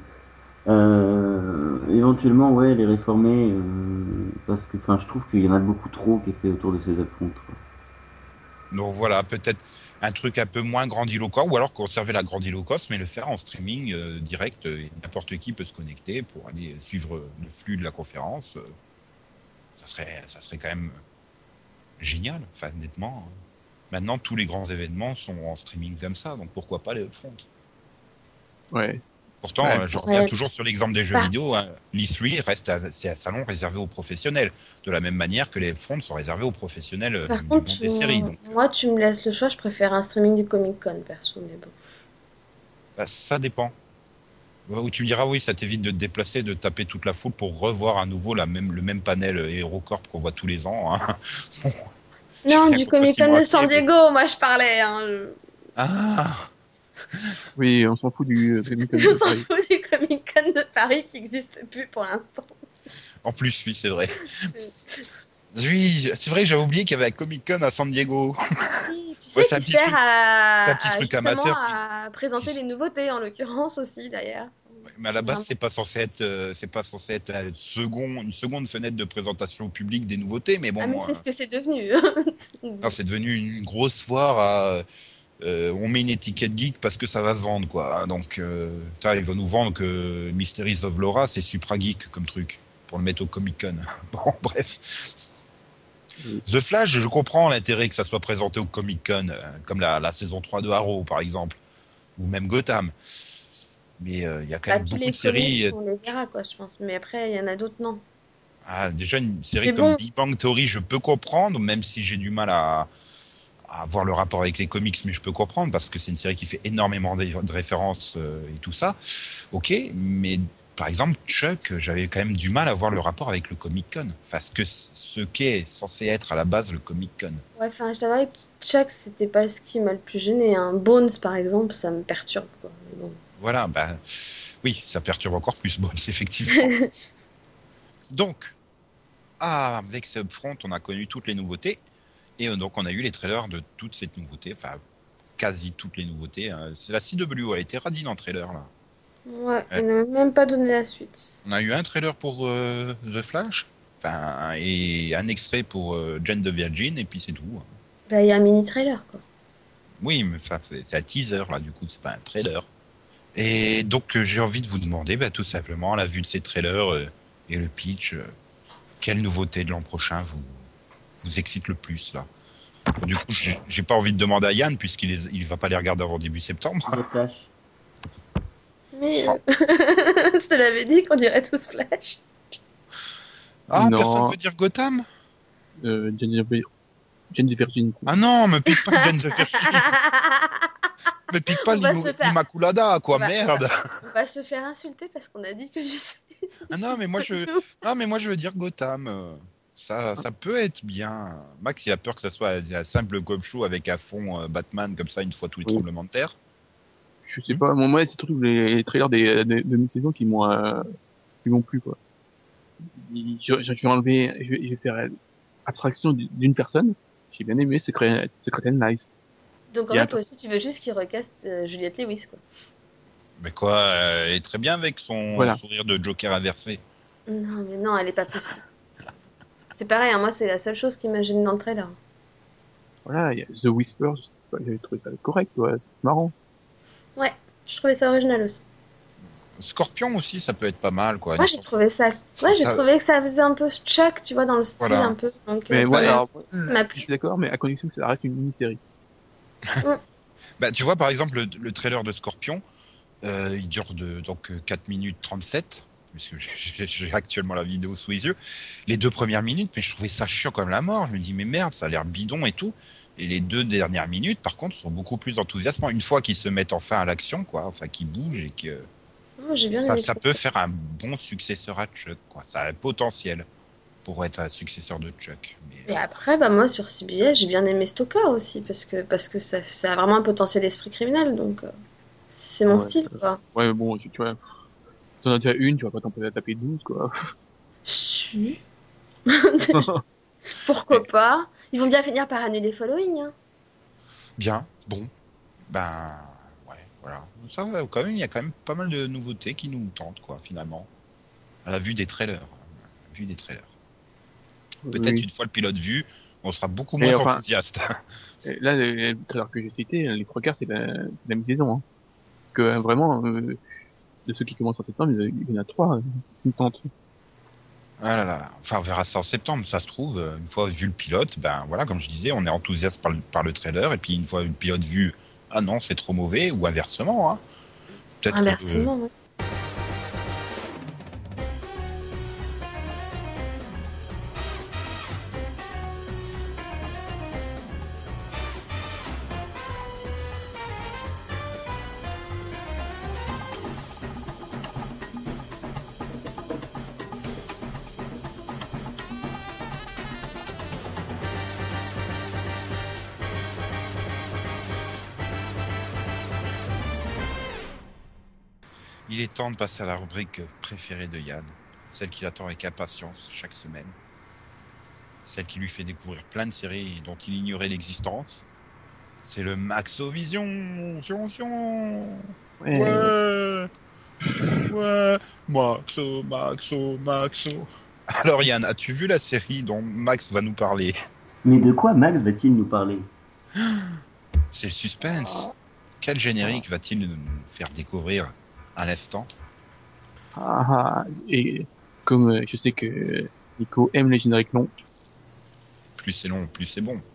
Euh, éventuellement, ouais, les réformer, euh, parce que enfin, je trouve qu'il y en a beaucoup trop qui est fait autour de ces affrontes. Quoi. Donc voilà, peut-être un truc un peu moins grandiloquent, ou alors conserver la grandiloquence, mais le faire en streaming euh, direct. euh, et n'importe qui peut se connecter pour aller suivre le flux de la conférence. euh, ça serait, ça serait quand même génial. Enfin, honnêtement, euh, maintenant tous les grands événements sont en streaming comme ça, donc pourquoi pas les upfront? Ouais. Pourtant, Ouais. euh, je reviens Ouais. toujours sur l'exemple des jeux Par, vidéo. Hein. l'E trois reste, à- c'est un salon réservé aux professionnels, de la même manière que les upfront sont réservés aux professionnels euh, par du, du contre, monde tu- des séries. Donc, euh, moi, tu me laisses le choix, je préfère un streaming du Comic Con, perso, mais bon. bah, ça dépend. Ou tu me diras, oui, ça t'évite de te déplacer, de taper toute la foule pour revoir à nouveau la même, le même panel HeroCorp qu'on voit tous les ans. Hein. Bon, j'ai Non, rien du contre Comic Con Simon de San Astier, mais... Diego, moi, je parlais, hein. Je, Ah, Oui, on s'en fout du euh, Comic Con je de s'en Paris. fous du Comic Con de Paris qui n'existe plus pour l'instant. en plus, oui, c'est vrai. Oui, c'est vrai que j'avais oublié qu'il y avait un Comic Con à San Diego. Oui, tu sais, Ouais, c'est un qui petit sert truc, c'est un petit à, à, truc justement amateur qui, à présenter qui- les nouveautés, en l'occurrence aussi, d'ailleurs. ouais, mais à la base, Vraiment. c'est pas censé être, euh, c'est pas censé être un second, une seconde fenêtre de présentation au public des nouveautés, mais Ah, mais bon, c'est euh, ce que c'est devenu. non, c'est devenu une grosse foire à, euh, on met une étiquette geek parce que ça va se vendre, quoi. Donc, euh, tain, ils vont nous vendre que Mysteries of Laura, c'est supra geek comme truc, pour le mettre au Comic Con. Bon, bref. Oui. The Flash, je comprends l'intérêt que ça soit présenté au Comic Con, euh, comme la, la saison trois de Arrow, par exemple, ou même Gotham. Mais il euh, y a quand Bah, même tous beaucoup les de séries. comics, on les verra, quoi, je pense. Mais après, il y en a d'autres, non. Ah, déjà, une série Mais comme bon. Big Bang Theory, je peux comprendre, même si j'ai du mal à, à avoir le rapport avec les comics, mais je peux comprendre parce que c'est une série qui fait énormément de, de références euh, et tout ça. Ok, mais par exemple, Chuck, j'avais quand même du mal à voir le rapport avec le Comic Con. Enfin, ce que ce qu'est censé être à la base le Comic Con. Ouais, enfin, je t'avoue que Chuck, c'était pas ce qui m'a le plus gêné. Hein. Bones, par exemple, ça me perturbe, quoi. Mais bon. Voilà, bah oui, ça perturbe encore plus Bones, effectivement. Donc, ah, avec ce Upfront, on a connu toutes les nouveautés. Et euh, donc, on a eu les trailers de toutes ces nouveautés. Enfin, quasi toutes les nouveautés. Hein. C'est la C W, elle a été radine en trailer, là. Ouais, Elle- il n'a même pas donné la suite. On a eu un trailer pour euh, The Flash, enfin, et un extrait pour euh, Jane the Virgin, et puis c'est tout. Hein. Bah, il y a un mini-trailer, quoi. Oui, mais enfin, c'est c'est un teaser, là, du coup, c'est pas un trailer. Et donc, euh, j'ai envie de vous demander, bah, tout simplement, à la vue de ces trailers euh, et le pitch, euh, quelle nouveauté de l'an prochain vous, vous excite le plus, là? Du coup, j'ai j'ai pas envie de demander à Yann, puisqu'il est, il va pas les regarder avant début septembre. The Flash. Mais Oh. euh, je te l'avais dit qu'on dirait tous Flash. Ah, Non. personne veut dire Gotham? Euh, Jane the Vir- Jane the Virgin. Ah non, me pique pas Jane the Virgin, me pique pas On va l'Imo- se faire- l'Immaculada, quoi, on va- merde. On va se faire insulter parce qu'on a dit que je suis. Ah non, mais moi je, non, mais moi je veux dire Gotham. euh, Ça, ça peut être bien. Max, il a peur que ça soit un simple cop show avec un fond euh, Batman comme ça une fois tous les Oui. tremblements de terre. Je sais pas, moi, moi c'est surtout les, les trailers des, des, de mi-saison qui m'ont, euh, qui m'ont plu, quoi. Ils- Je, je vais enlever, je vais, je vais faire euh, abstraction d'une personne. J'ai bien aimé Secret, Secret and Lies. Donc en Il y a fait, un toi aussi, tu veux juste qu'il recaste euh, Juliette Lewis, quoi. Mais quoi, euh, elle est très bien avec son Voilà. sourire de Joker inversé. Non, mais non, elle est pas possible. C'est pareil, hein, moi, c'est la seule chose qui m'a gêné dans le trailer. Voilà, il y a The Whisper, je sais pas, j'avais trouvé ça correct, quoi, c'est marrant. Ouais, je trouvais ça original aussi. Scorpion aussi, ça peut être pas mal, quoi. Moi, Une j'ai sorte- trouvé ça. Ça- Ouais, j'ai ça- trouvé que ça faisait un peu Chuck, tu vois, dans le style Voilà. un peu. Donc, Mais euh, ouais, ça alors, m'a je plu. suis d'accord, mais à condition que ça reste une mini-série. Bah, tu vois, par exemple, le, le trailer de Scorpion, euh, il dure de, donc euh, quatre minutes trente-sept, puisque j'ai- j'ai j'ai actuellement la vidéo sous les yeux. Les deux premières minutes, mais je trouvais ça chiant comme la mort. Je me dis, mais merde, ça a l'air bidon et tout. Et les deux dernières minutes, par contre, sont beaucoup plus enthousiasmantes. Une fois qu'ils se mettent enfin à l'action, quoi, enfin qu'ils bougent et que Oh, j'ai bien ça, aimé ça ça. peut faire un bon successeur à Chuck, quoi. Ça a un potentiel pour être un successeur de Chuck. Mais, Et après, bah, moi, sur C B S, j'ai bien aimé Stalker aussi, parce que, parce que ça, ça a vraiment un potentiel d'esprit criminel, donc euh, c'est mon Ouais, style, quoi. ouais, mais bon, tu, tu vois, t'en as déjà une, tu vas pas t'en taper douze, quoi. Si. Pourquoi pas? Ils vont bien finir par annuler Following, hein. bien, bon, ben ouais, voilà. Ça va quand même, il y a quand même pas mal de nouveautés qui nous tentent, quoi, finalement. À la vue des trailers. À la vue des trailers. Peut-être Oui. une fois le pilote vu, on sera beaucoup Mais moins enfin, enthousiaste. euh, là, les trailers que j'ai cités, les trois quarts, c'est la, c'est la mi-saison, hein. Parce que euh, vraiment, euh, de ceux qui commencent en septembre, il y en a trois euh, qui me tentent. Ah là là. Enfin, on verra ça en septembre, ça se trouve. euh, Une fois vu le pilote, ben voilà, comme je disais, on est enthousiaste par le, par le trailer, et puis une fois le pilote vu, ah non, c'est trop mauvais, ou inversement, hein. Peut-être que, euh, Inversement, ouais. il est temps de passer à la rubrique préférée de Yann, celle qu'il attend avec impatience chaque semaine, celle qui lui fait découvrir plein de séries dont il ignorait l'existence. C'est le Maxovision. Sion, sion. Ouais. Ouais, ouais, Maxo, Maxo, Maxo. Alors Yann, as-tu vu la série dont Max va nous parler? Mais de quoi Max va-t-il nous parler? C'est le suspense. Quel générique va-t-il nous faire découvrir à l'instant? Ah, ah, et comme euh, je sais que Nico aime les génériques longs, Plus c'est long, plus c'est bon.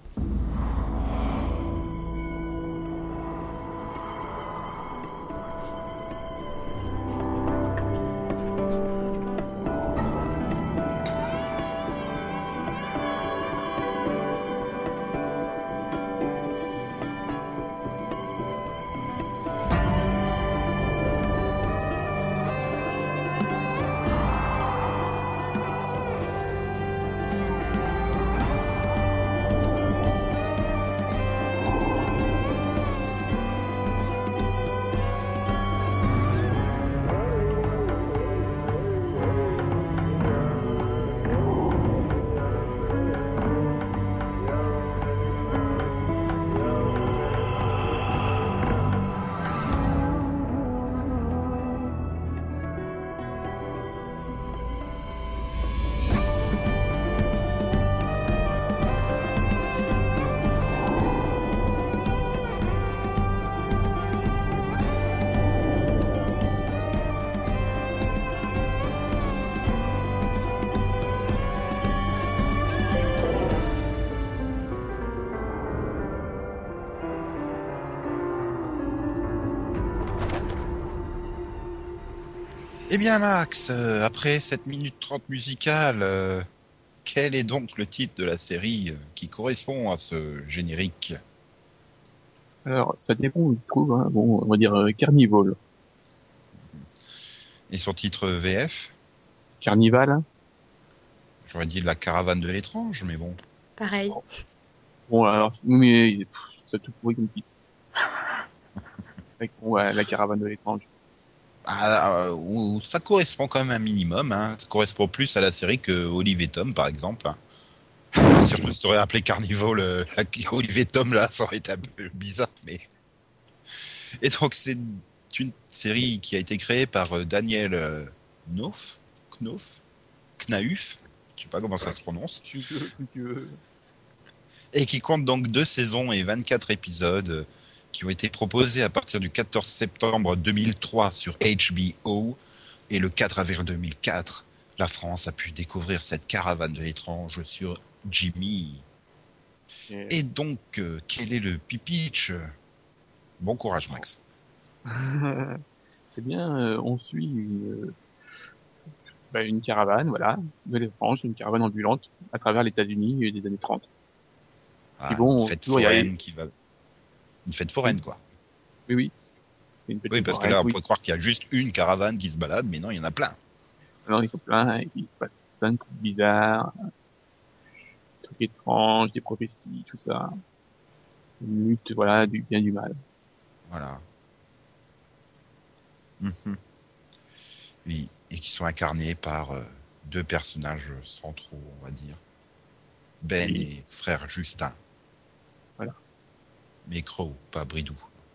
Eh bien, Max, euh, après cette minute trente musicale, euh, quel est donc le titre de la série euh, qui correspond à ce générique? Alors, ça dépend, je trouve. Hein. Bon, on va dire euh, Carnival. Et son titre V F? Carnival. Hein. J'aurais dit La caravane de l'étrange, mais bon. Pareil. Bon, alors, mais pff, je trouve ça tout pourri comme titre. Avec, bon, ouais, la caravane de l'étrange. Ah, euh, ou- ça correspond quand même un minimum. Hein. Ça correspond plus à la série que Olive et Tom, par exemple. Enfin, surtout si tu aurais appelé Carnival, euh, la- Olive et Tom, là, ça aurait été un peu bizarre. Mais... Et donc, c'est une série qui a été créée par euh, Daniel euh, Knauf, Knauf, Knauf, je sais pas comment ça se prononce, Tu veux, comme tu veux. et qui compte donc deux saisons et vingt-quatre épisodes euh, qui ont été proposés à partir du quatorze septembre deux mille trois sur H B O, et le quatre avril deux mille quatre, la France a pu découvrir cette caravane de l'étrange sur Jimmy. Et... Et donc, euh, quel est le pitch? Bon courage, Max. Eh bien, euh, on suit une, euh, bah, une caravane, voilà, de l'étrange, une caravane ambulante à travers les États-Unis euh, des années trente. Qui Ah, une vont fête toujours y aller. foraine qui va... Une fête Oui, foraine, quoi. oui, oui. C'est une Oui, petite parce que forêt, là, on oui. pourrait croire qu'il y a juste une caravane qui se balade, mais non, il y en a plein. Alors, ils sont pleins, et il se passe plein de trucs bizarres, des trucs étranges, des prophéties, tout ça. Une lutte, voilà, du bien du mal. Voilà. Mhm. Oui, et qui sont incarnés par euh, deux personnages centraux, on va dire. Ben Et et frère Justin. voilà. Mais Crow, pas Bridou.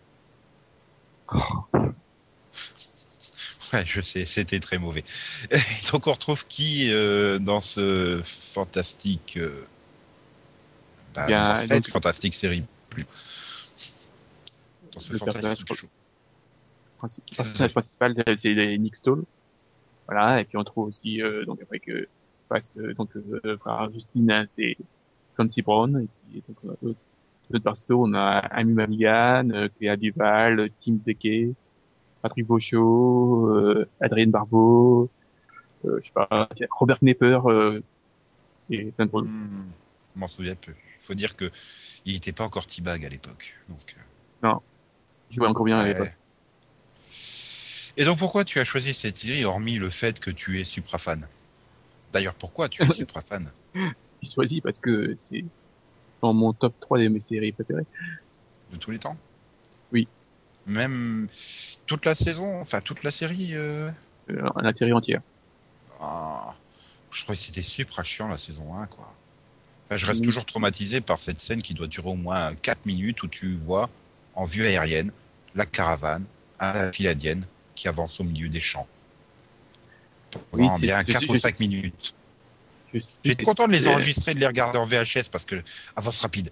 Ouais, je sais, c'était très mauvais. Et donc on retrouve qui euh, dans ce fantastique, euh, bah, dans Bien, cette donc, fantastique série, plus dans ce le personnage, fantastique show. princi- le C'est ça. personnage principal, euh, c'est Nick Stone. Voilà. Et puis, on trouve aussi, euh, donc, après que passe, euh, donc, euh, frère Justine, hein, c'est Clancy Brown. Et puis, donc, on a d'autres d'autres persos, on a Amy Madigan, euh, Cléa Duval, euh, Tim Deke, Patrick Beauchot, euh, Adrien Barbeau, euh, je sais pas, Robert Knepper, euh, et plein d'autres. Hmm, je m'en souviens peu. Il faut dire que il n'était pas encore T-Bag à l'époque. Donc, Non, je jouais encore bien euh, à l'époque. ouais. Et donc pourquoi tu as choisi cette série, hormis le fait que tu es suprafan? D'ailleurs, pourquoi tu es suprafan? J'ai choisi parce que c'est dans mon top trois de mes séries préférées. De tous les temps? Oui, Même toute la saison, enfin toute la série. Euh... euh, la série entière. ah, je trouvais que c'était super chiant la saison un, quoi. Enfin, je reste Oui, toujours traumatisé par cette scène qui doit durer au moins quatre minutes où tu vois en vue aérienne la caravane à la file indienne qui avance au milieu des champs oui, pendant c'est, bien je sais, quatre ou je sais, cinq minutes. je sais J'étais que content de les c'est, enregistrer, de les regarder en V H S parce que avance rapide.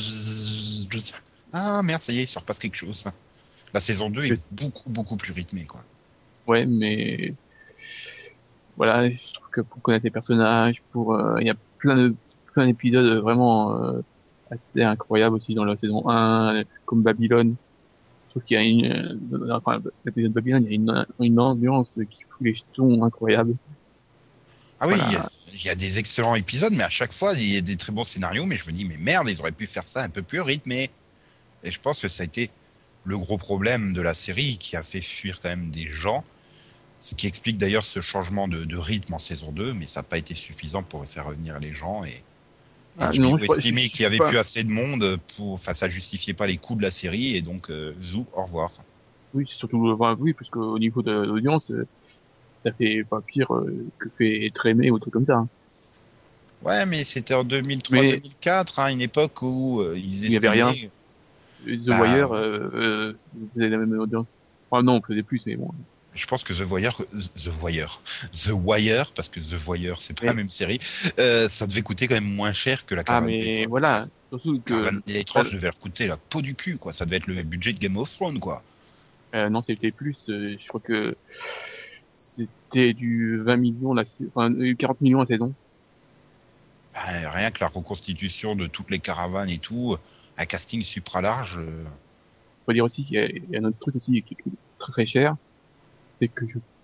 Ah merde, ça y est, il se repasse quelque chose. La saison deux est je- beaucoup beaucoup plus rythmée, quoi. ouais, mais voilà, je trouve que pour connaître les personnages, pour, euh, il y a plein de, plein d'épisodes vraiment, euh, assez incroyables aussi dans la saison un, euh, comme Babylone. Je trouve qu'il y a une, euh, enfin, l'épisode de Babylone, il y a une, une ambiance qui fout les jetons incroyable. Ah oui, il y, a, Voilà. il y a des excellents épisodes, mais à chaque fois, il y a des très bons scénarios. Mais je me dis, mais merde, ils auraient pu faire ça un peu plus rythmé. Et je pense que ça a été le gros problème de la série qui a fait fuir quand même des gens. Ce qui explique d'ailleurs ce changement de, de rythme en saison deux, mais ça n'a pas été suffisant pour faire revenir les gens. Et Ah, non, H B O je, je, je, estimait je qu'il n'y suis avait pas, plus assez de monde pour, enfin, ça justifiait pas les coûts de la série. Et donc, euh, zou, au revoir. oui, c'est surtout, enfin, oui, parce qu'au niveau de l'audience, euh, ça fait pas pire euh, que fait être aimé ou un truc comme ça. Hein. Ouais, mais c'était en Mais deux mille trois deux mille quatre, hein, une époque où euh, ils il y avait rien. estimaient. The Bah, Wire, euh, euh, faisait la même audience. Enfin, non, on faisait plus, mais bon. je pense que The Wire, The Wire, The Wire, parce que The Wire, c'est pas la Mais, même série, euh, ça devait coûter quand même moins cher que la ah, Caravane des mais Étranges. Enfin, voilà. Surtout que, Caravane des bah, Étranges devait leur coûter la peau du cul, quoi. Ça devait être le budget de Game of Thrones, quoi. euh, non, c'était plus, euh, je crois que c'était du vingt millions, la, sa- enfin, euh, quarante millions la saison. Ben, rien que la reconstitution de toutes les caravanes et tout, un casting supra large. euh, Faut dire aussi qu'il y a, il y a un autre truc aussi qui est très très cher, c'est que je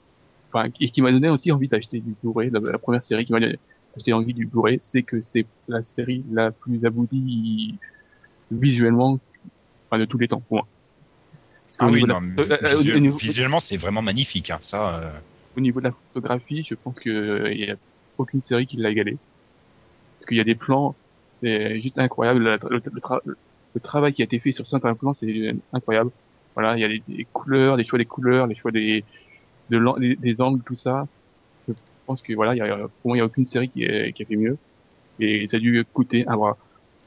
enfin, et qui m'a donné aussi envie d'acheter du Blu-ray. La, la première série qui m'a donné acheté envie du Blu-ray, c'est que c'est la série la plus aboutie visuellement, enfin, de tous les temps pour moi. Parce Ah qu'au oui, niveau de non, la, euh, euh, au, visuel- niveau, visuellement, c'est vraiment magnifique, hein, ça. euh. au niveau de la photographie, je pense que euh, il y a aucune série qui l'a égalé. Parce qu'il y a des plans, c'est juste incroyable. Le, le, le, tra- le travail qui a été fait sur certains plans, c'est incroyable. Voilà, il y a des, des couleurs, des choix des couleurs, les choix des, de, l'an- des, des angles, tout ça. Je pense que voilà, il y a, pour moi, il y a aucune série qui, est, qui a fait mieux. Et ça a dû coûter un bras.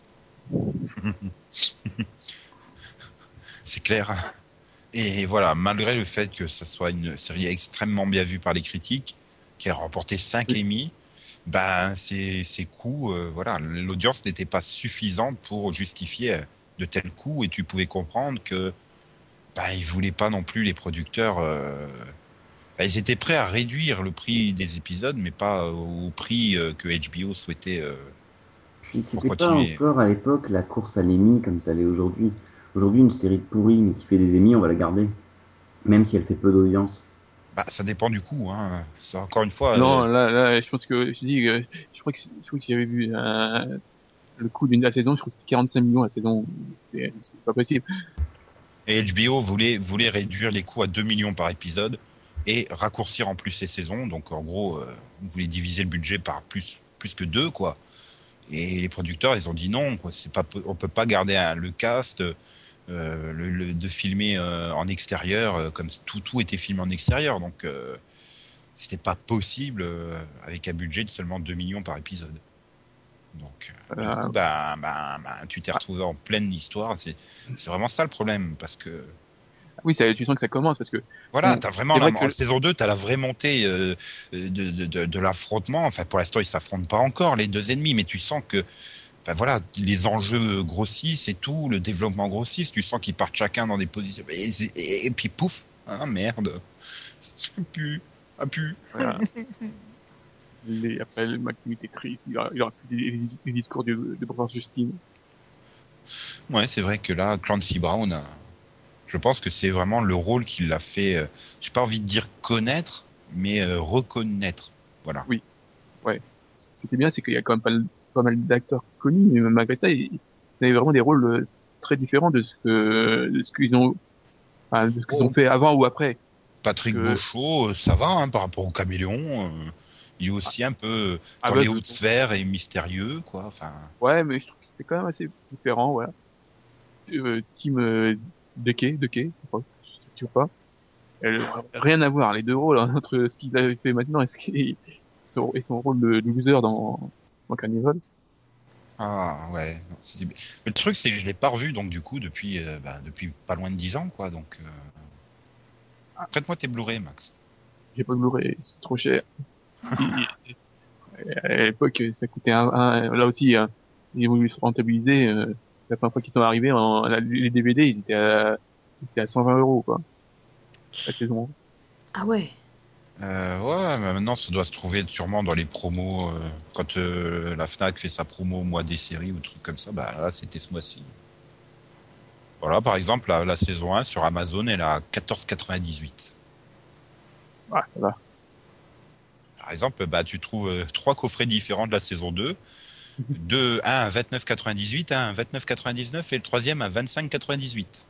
C'est clair. Et voilà, malgré le fait que ça soit une série extrêmement bien vue par les critiques, qui a remporté cinq Oui. Emmy, ben ces, ces coûts, euh, voilà, l'audience n'était pas suffisante pour justifier euh, de tels coûts, et tu pouvais comprendre que ben, ils voulaient pas non plus les producteurs. Euh, ben, ils étaient prêts à réduire le prix des épisodes, mais pas au prix euh, que H B O souhaitait euh, Puis pour c'était pas continuer. encore à l'époque la course à l'Emmy comme ça l'est aujourd'hui. Aujourd'hui, une série pourrie mais qui fait des Emmy, on va la garder, même si elle fait peu d'audience. Bah, ça dépend du coût, hein. Ça, encore une fois, euh, Non, là, là, je pense que, je dis, euh, je crois que, je crois que j'avais vu euh, le coût d'une la saison, je crois que c'était quarante-cinq millions la saison. C'était, c'est pas possible. et H B O voulait, voulait réduire les coûts à deux millions par épisode et raccourcir en plus les saisons. Donc en gros, euh, on voulait diviser le budget par plus, plus que deux, quoi. Et les producteurs, ils ont dit non, quoi. C'est pas, on peut pas garder un- le cast, euh, le, le- de filmer euh, en extérieur, euh, comme tout, tout était filmé en extérieur. Donc euh, c'était pas possible euh, avec un budget de seulement deux millions par épisode. Donc, euh, du coup, Euh, bah, bah, bah, tu t'es ah, retrouvé en pleine histoire. C'est, c'est vraiment ça le problème, parce que oui, ça, tu sens que ça commence parce que, voilà, bon, t'as vraiment c'est la, vrai en que, saison deux, t'as la vraie montée euh, de, de, de, de l'affrontement. Enfin, pour l'instant, ils s'affrontent pas encore les deux ennemis, mais tu sens que, enfin voilà, les enjeux grossissent et tout, le développement grossisse. Tu sens qu'ils partent chacun dans des positions. Et, et, et puis pouf, ah merde, pu, ah pu. voilà, les, après, le Maxime était triste, il aura, il aura plus les, les- les discours de, de Brother Justine. Ouais, c'est vrai que là, Clancy Brown, euh, je pense que c'est vraiment le rôle qui l'a fait. Euh, j'ai pas envie de dire connaître, mais euh, reconnaître. Voilà. Oui, ouais. Ce qui était bien, c'est qu'il y a quand même pas, pas mal d'acteurs connus, mais malgré ça, ils, ils avaient vraiment des rôles euh, très différents de ce que, de ce qu'ils ont, enfin, de ce qu'ils ont Oh, fait avant ou après. Parce Patrick que, Beauchot, euh, ça va hein, par rapport au Caméléon. euh, il est ah, aussi un peu ah dans bah, les je hautes trouve, sphères et mystérieux, quoi. Enfin, ouais, mais je trouve que c'était quand même assez différent, voilà. Euh, Tim euh, Deke, Deke, je crois, tu vois pas. Elle, rien à voir, les deux rôles, hein, entre ce qu'il avait fait maintenant et ce qui, son, et son rôle de loser dans, dans Carnival. ah ouais. non, c'est- Mais le truc, c'est que je l'ai pas revu, donc du coup, depuis, euh, bah, depuis pas loin de dix ans, quoi. Donc, euh, Ah, prête-moi tes Blu-ray, Max. j'ai pas de Blu-ray, c'est trop cher. Et- et- à l'époque, ça coûtait un, un- là aussi, hein, ils ont voulu se rentabiliser, euh, la première fois qu'ils sont arrivés, en, la- les D V D, ils étaient à, ils étaient à cent vingt euros, quoi, la saison. Ah ouais. Euh, ouais, mais maintenant, ça doit se trouver sûrement dans les promos. Euh, quand euh, la Fnac fait sa promo au mois des séries ou trucs comme ça, bah là, c'était ce mois-ci. Voilà, par exemple, la, la saison un sur Amazon, elle est à quatorze quatre-vingt-dix-huit. Ah, ça va. Par exemple, bah, tu trouves euh, trois coffrets différents de la saison deux. Deux, un à vingt-neuf quatre-vingt-dix-huit, un à vingt-neuf quatre-vingt-dix-neuf et le troisième à vingt-cinq quatre-vingt-dix-huit.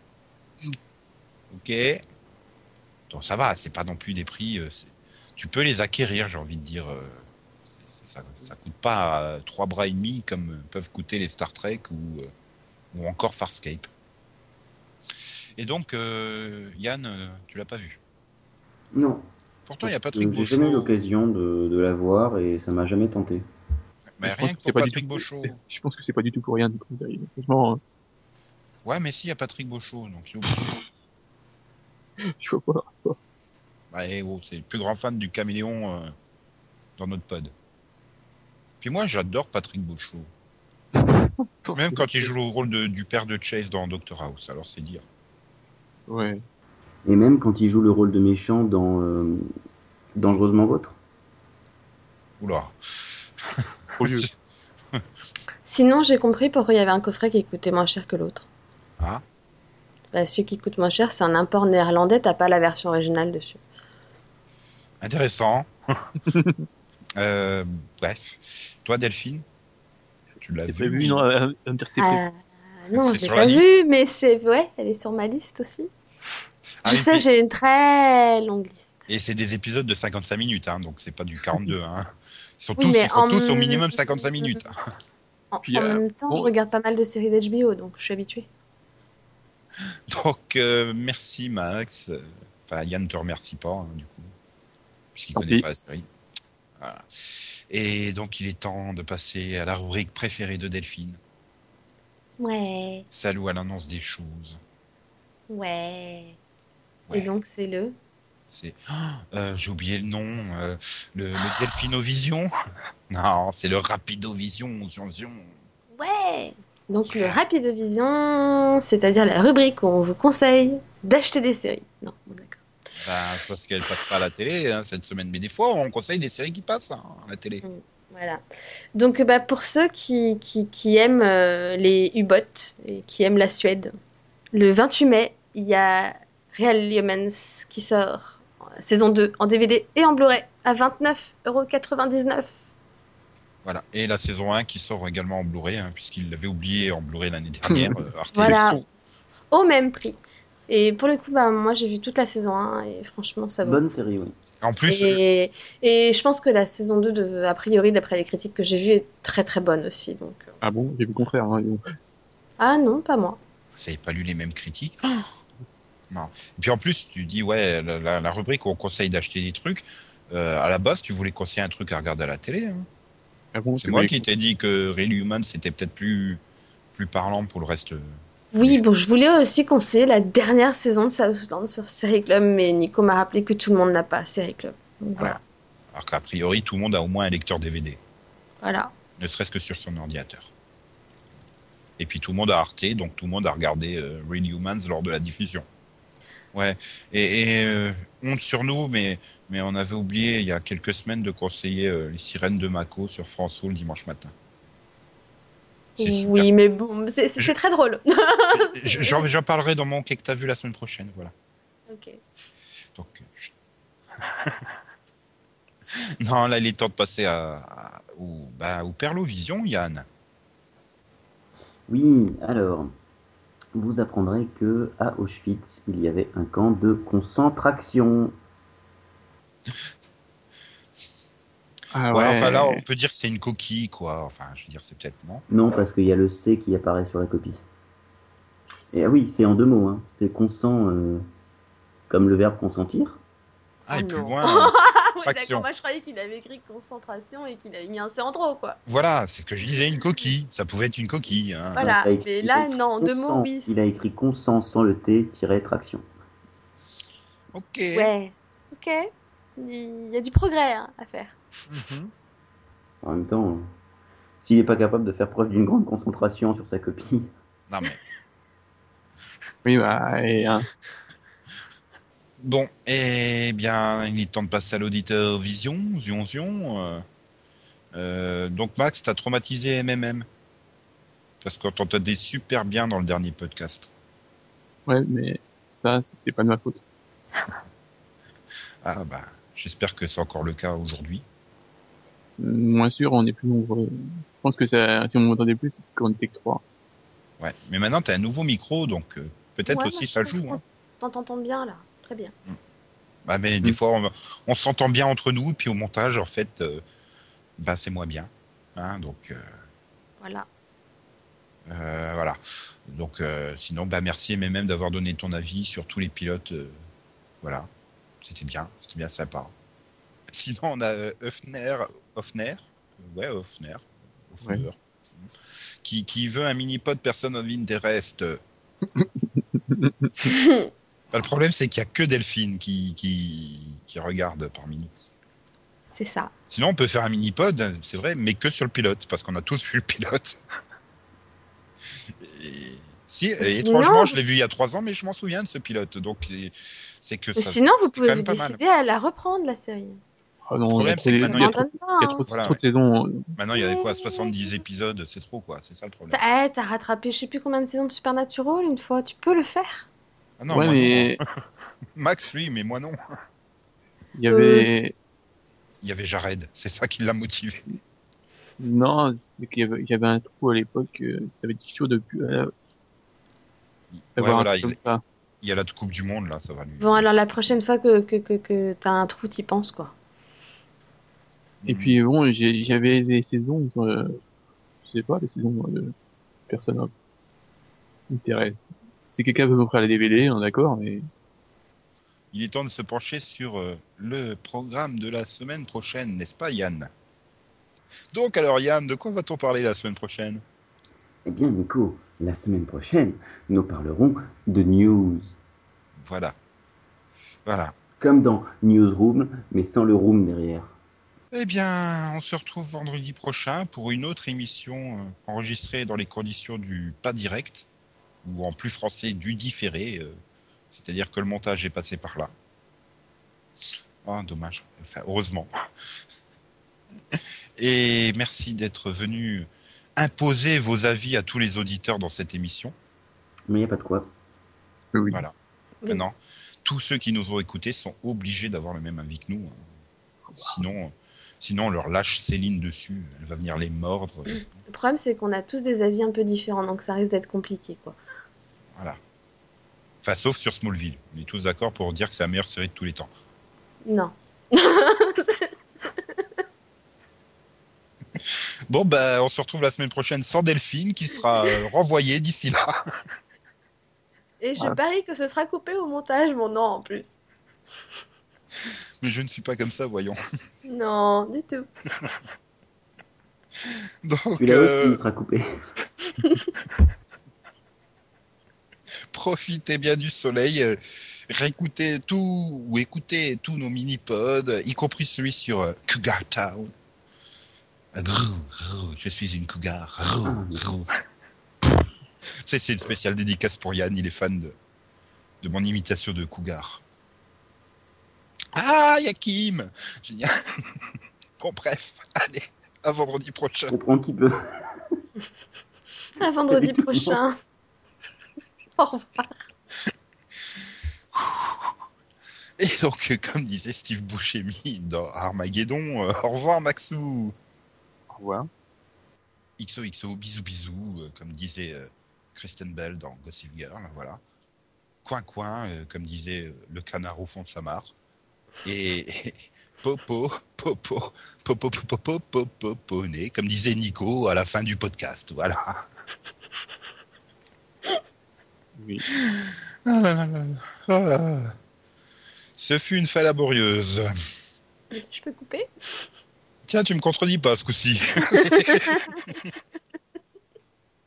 Ok. Donc ça va, c'est pas non plus des prix. Euh, c'est- tu peux les acquérir, j'ai envie de dire. euh, c'est- c'est- ça, ça coûte pas euh, trois bras et demi comme euh, peuvent coûter les Star Trek ou, euh, ou encore Farscape. Et donc, euh, Yann, euh, tu l'as pas vu. Non, Pourtant, il y parce a Patrick que j'ai jamais eu Beauchot. l'occasion de, de la voir et ça m'a jamais tenté. Et Mais je pense rien que que c'est pour pas du tout, Patrick Beauchot. je pense que c'est pas du tout pour rien, du coup, franchement, Ouais, mais si, il y a Patrick Beauchot, donc il est obligé. je vois pas. Bah, eh, oh, c'est le plus grand fan du Caméléon euh, dans notre pod. Puis moi, j'adore Patrick Beauchot. Même quand il joue le rôle de- du père de Chase dans Doctor House, alors c'est dire. Ouais. Et même quand il joue le rôle de méchant dans euh, Dangereusement Vôtre. Oula. Trop vieux. Sinon, j'ai compris pourquoi il y avait un coffret qui coûtait moins cher que l'autre. Ah, Bah, celui qui coûte moins cher, c'est un import néerlandais, t'as pas la version originale dessus. Intéressant. euh, bref. Toi, Delphine, tu l'as C'est vu prévu, ou- non, euh, Hunter, c'est prévu. Ah, non, C'est je l'ai sur la pas liste. vue, mais c'est ouais, elle est sur ma liste aussi. Ah, Je et, sais, puis- j'ai une très longue liste. et c'est des épisodes de cinquante-cinq minutes, hein, donc c'est pas du quarante-deux. Hein. Ils sont Oui, tous, mais ils font en... tous au minimum cinquante-cinq minutes. en, Puis, en euh, même temps, je bon, regarde pas mal de séries d'H B O, donc je suis habituée. Donc, euh, merci Max. Enfin, Yann ne te remercie pas, hein, du coup, puisqu'il tant connaît pis. pas la série. Voilà. Et donc, il est temps de passer à la rubrique préférée de Delphine. Ouais, Celle où elle annonce des choses. ouais. Et Ouais, donc, c'est le... c'est... Euh, j'ai oublié le nom. euh, le, le Delphinovision. Non, c'est le Rapidovision. Zion, zion. Ouais! Donc, le Yeah. Rapide Vision, c'est-à-dire la rubrique où on vous conseille d'acheter des séries. Non, bon, d'accord. Ben, parce qu'elle passe pas à la télé hein, cette semaine. Mais des fois, on conseille des séries qui passent hein, à la télé. Mm, voilà. Donc, bah, pour ceux qui, qui, qui aiment euh, les U-Bots et qui aiment la Suède, le vingt-huit mai, il y a Real Humans qui sort euh, saison deux en D V D et en Blu-ray à vingt-neuf euros quatre-vingt-dix-neuf. Voilà. Et la saison un qui sort également en Blu-ray, hein, puisqu'il l'avait oublié en Blu-ray l'année dernière, euh, Arte. C'est le Voilà, son. au même prix. Et pour le coup, bah, moi j'ai vu toute la saison un et franchement ça vaut le Bonne coup. série, oui. En plus, Et, et je pense que la saison deux, de, a priori, d'après les critiques que j'ai vues, est très très bonne aussi. Donc... euh. Ah bon, j'ai vu le contraire. Hein. Ah non, pas moi. vous n'avez pas lu les mêmes critiques. Non. Et puis en plus, tu dis, ouais, la, la, la rubrique où on conseille d'acheter des trucs, euh, à la base, tu voulais conseiller un truc à regarder à la télé. Hein. Ah bon, C'est c'est moi bien. qui t'ai dit que Real Human, c'était peut-être plus, plus parlant pour le reste. Oui, Des... bon, je voulais aussi conseiller la dernière saison de Southland sur Série Club, mais Nico m'a rappelé que tout le monde n'a pas Série Club. Donc Voilà. voilà. Alors qu'a priori, tout le monde a au moins un lecteur D V D, Voilà. ne serait-ce que sur son ordinateur. Et puis tout le monde a Arte, donc tout le monde a regardé euh, Real Humans lors de la diffusion. Ouais. Et, et euh, honte sur nous, mais, mais on avait oublié il y a quelques semaines de conseiller euh, les sirènes de Mako sur France O le dimanche matin. C'est super. Oui, mais bon, c'est c'est- Je, c'est très drôle. je- C'est- j'en, j'en parlerai dans mon quai que t'as vu la semaine prochaine, voilà. Ok. Donc, euh, je- non, là, il est temps de passer à, à- au, bah, au Perlovision, Yann. Oui, alors, vous apprendrez que à Auschwitz, il y avait un camp de concentration. Ah Ouais, enfin là, on ouais. peut dire que c'est une coquille, quoi. Enfin, je veux dire, c'est peut-être non. Non, parce qu'il y a le C qui apparaît sur la copie. Et ah oui, c'est en deux mots, hein. C'est consent euh, comme le verbe consentir. Ah, Oh et plus non. loin, euh, Oui, d'accord, traction. moi je croyais qu'il avait écrit concentration et qu'il avait mis un C en trop, quoi. Voilà, c'est ce que je disais, une coquille. Ça pouvait être une coquille. Hein. Non, il Voilà, a écrit, mais il a là, écrit non, deux mots, consent. oui. Il a écrit consent sans le T, tiret traction. Ok. Ouais, ok. Il y a du progrès hein, à faire. Mhm. En même temps, euh, s'il n'est pas capable de faire preuve d'une grande concentration sur sa copie. Non, mais Oui, bah, et, hein. bon, eh bien, il est temps de passer à l'auditeur Vision, Zion Zion. Euh, euh, donc Max, t'as traumatisé M M M parce qu'on t'entendait super bien dans le dernier podcast. Ouais, mais ça, c'était pas de ma faute. Ah bah, j'espère que c'est encore le cas aujourd'hui. Moins sûr, on est plus nombreux. Je pense que ça, si on m'entendait plus, c'est parce qu'on était que trois. Ouais, mais maintenant t'as un nouveau micro, donc euh, peut-être Ouais, moi aussi je ça trouve joue. qu'on Hein. t'entend bien là. Très bien. Bah, mais des Hmm. fois on, on s'entend bien entre nous, et puis au montage, en fait, euh, bah c'est moins bien. Hein, donc euh, Voilà. euh, voilà. Donc euh, sinon, bah merci M M M d'avoir donné ton avis sur tous les pilotes. euh, voilà, c'était bien, c'était bien sympa. Sinon, on a euh, Höfner, Höfner, ouais, Höfner, Ouais. Höfner, qui, qui veut un mini-pod Person of Interest. Bah, le problème, c'est qu'il n'y a que Delphine qui, qui, qui regarde parmi nous. C'est ça. Sinon, on peut faire un mini-pod, c'est vrai, mais que sur le pilote, parce qu'on a tous vu le pilote. Et... Si, Ou et étrangement, sinon, je l'ai vu il y a trois ans, mais je m'en souviens de ce pilote. Donc, c'est que ou ça, sinon, vous c'est quand pouvez même vous pas mal. décider à la reprendre la série. Ah Le non, il y a problème, trop, c'est que il Ça maintenant, il y a, y a trop, m'étonne pas. il y a Hein. trop, voilà, trop de saisons. maintenant, il y a quoi, soixante-dix épisodes, c'est trop, quoi. C'est ça le problème. T'as eh, t'as rattrapé je sais plus combien de saisons de Supernatural une fois. Tu peux le faire. Ah non, Ouais, moi non. mais Max, lui, mais moi non. Il y avait, Il y avait Jared, c'est ça qui l'a motivé. non, c'est qu'il y avait, il y avait un trou à l'époque, euh, ça avait dit chaud de euh, Ouais, avoir un voilà, truc il, comme ça. il y a la Coupe du Monde, là, ça va lui... Bon, alors la prochaine fois que, que, que, que t'as un trou, t'y penses, quoi. Et Mhm. puis bon, j'ai- j'avais des saisons, euh, je sais pas, des saisons de personnes intéressées. Si quelqu'un veut m'offrir les D V D, on est d'accord, mais Il est temps de se pencher sur euh, le programme de la semaine prochaine, n'est-ce pas Yann? Donc alors Yann, de quoi va-t-on parler la semaine prochaine? Eh bien, Nico, la semaine prochaine, nous parlerons de news. Voilà, voilà. Comme dans Newsroom, mais sans le room derrière. Eh bien, on se retrouve vendredi prochain pour une autre émission euh, enregistrée dans les conditions du pas direct, ou en plus français du différé, euh, c'est-à-dire que le montage est passé par là. Ah, dommage. Enfin, heureusement. Et merci d'être venu imposer vos avis à tous les auditeurs dans cette émission. Mais il n'y a pas de quoi. oui. Voilà. Oui. Maintenant, tous ceux qui nous ont écoutés sont obligés d'avoir le même avis que nous. hein. Sinon, sinon, on leur lâche Céline dessus. Elle va venir les mordre. Le problème, c'est qu'on a tous des avis un peu différents, donc ça risque d'être compliqué, quoi. Voilà. Enfin, sauf sur Smallville. On est tous d'accord pour dire que c'est la meilleure série de tous les temps. Non. Bon, bah, on se retrouve la semaine prochaine sans Delphine, qui sera euh, renvoyée d'ici là. Et je Voilà. parie que ce sera coupé au montage, mon nom en plus. Mais je ne suis pas comme ça, voyons. Non, du tout. Donc, Celui-là aussi, euh, il sera coupé. profitez bien du soleil. euh, réécoutez tout, ou écoutez tous nos mini-pods, y compris celui sur euh, Cougar Town. Ah, grrr, grrr, je suis une cougar. Grrr, Ah, grrr. Tu sais, c'est une spéciale dédicace pour Yann, il est fan de, de mon imitation de cougar. Ah, Yakim Génial. Bon, bref, allez, à vendredi prochain. Je comprends un petit peu. À vendredi prochain. Au revoir. Et donc, comme disait Steve Buscemi dans Armageddon, euh, au revoir Maxou. Au revoir. X O X O, bisous bisous, euh, comme disait euh, Kristen Bell dans Gossip Girl, voilà. Coin coin, euh, comme disait euh, le canard au fond de sa mare. Et, et popo, popo, popo, popo, popo, popo, né, comme disait Nico à la fin du podcast, voilà. Oui. Ah là là là là. Ah. Ce fut une fois laborieuse. Je peux couper? Tiens, tu me contredis pas ce coup-ci.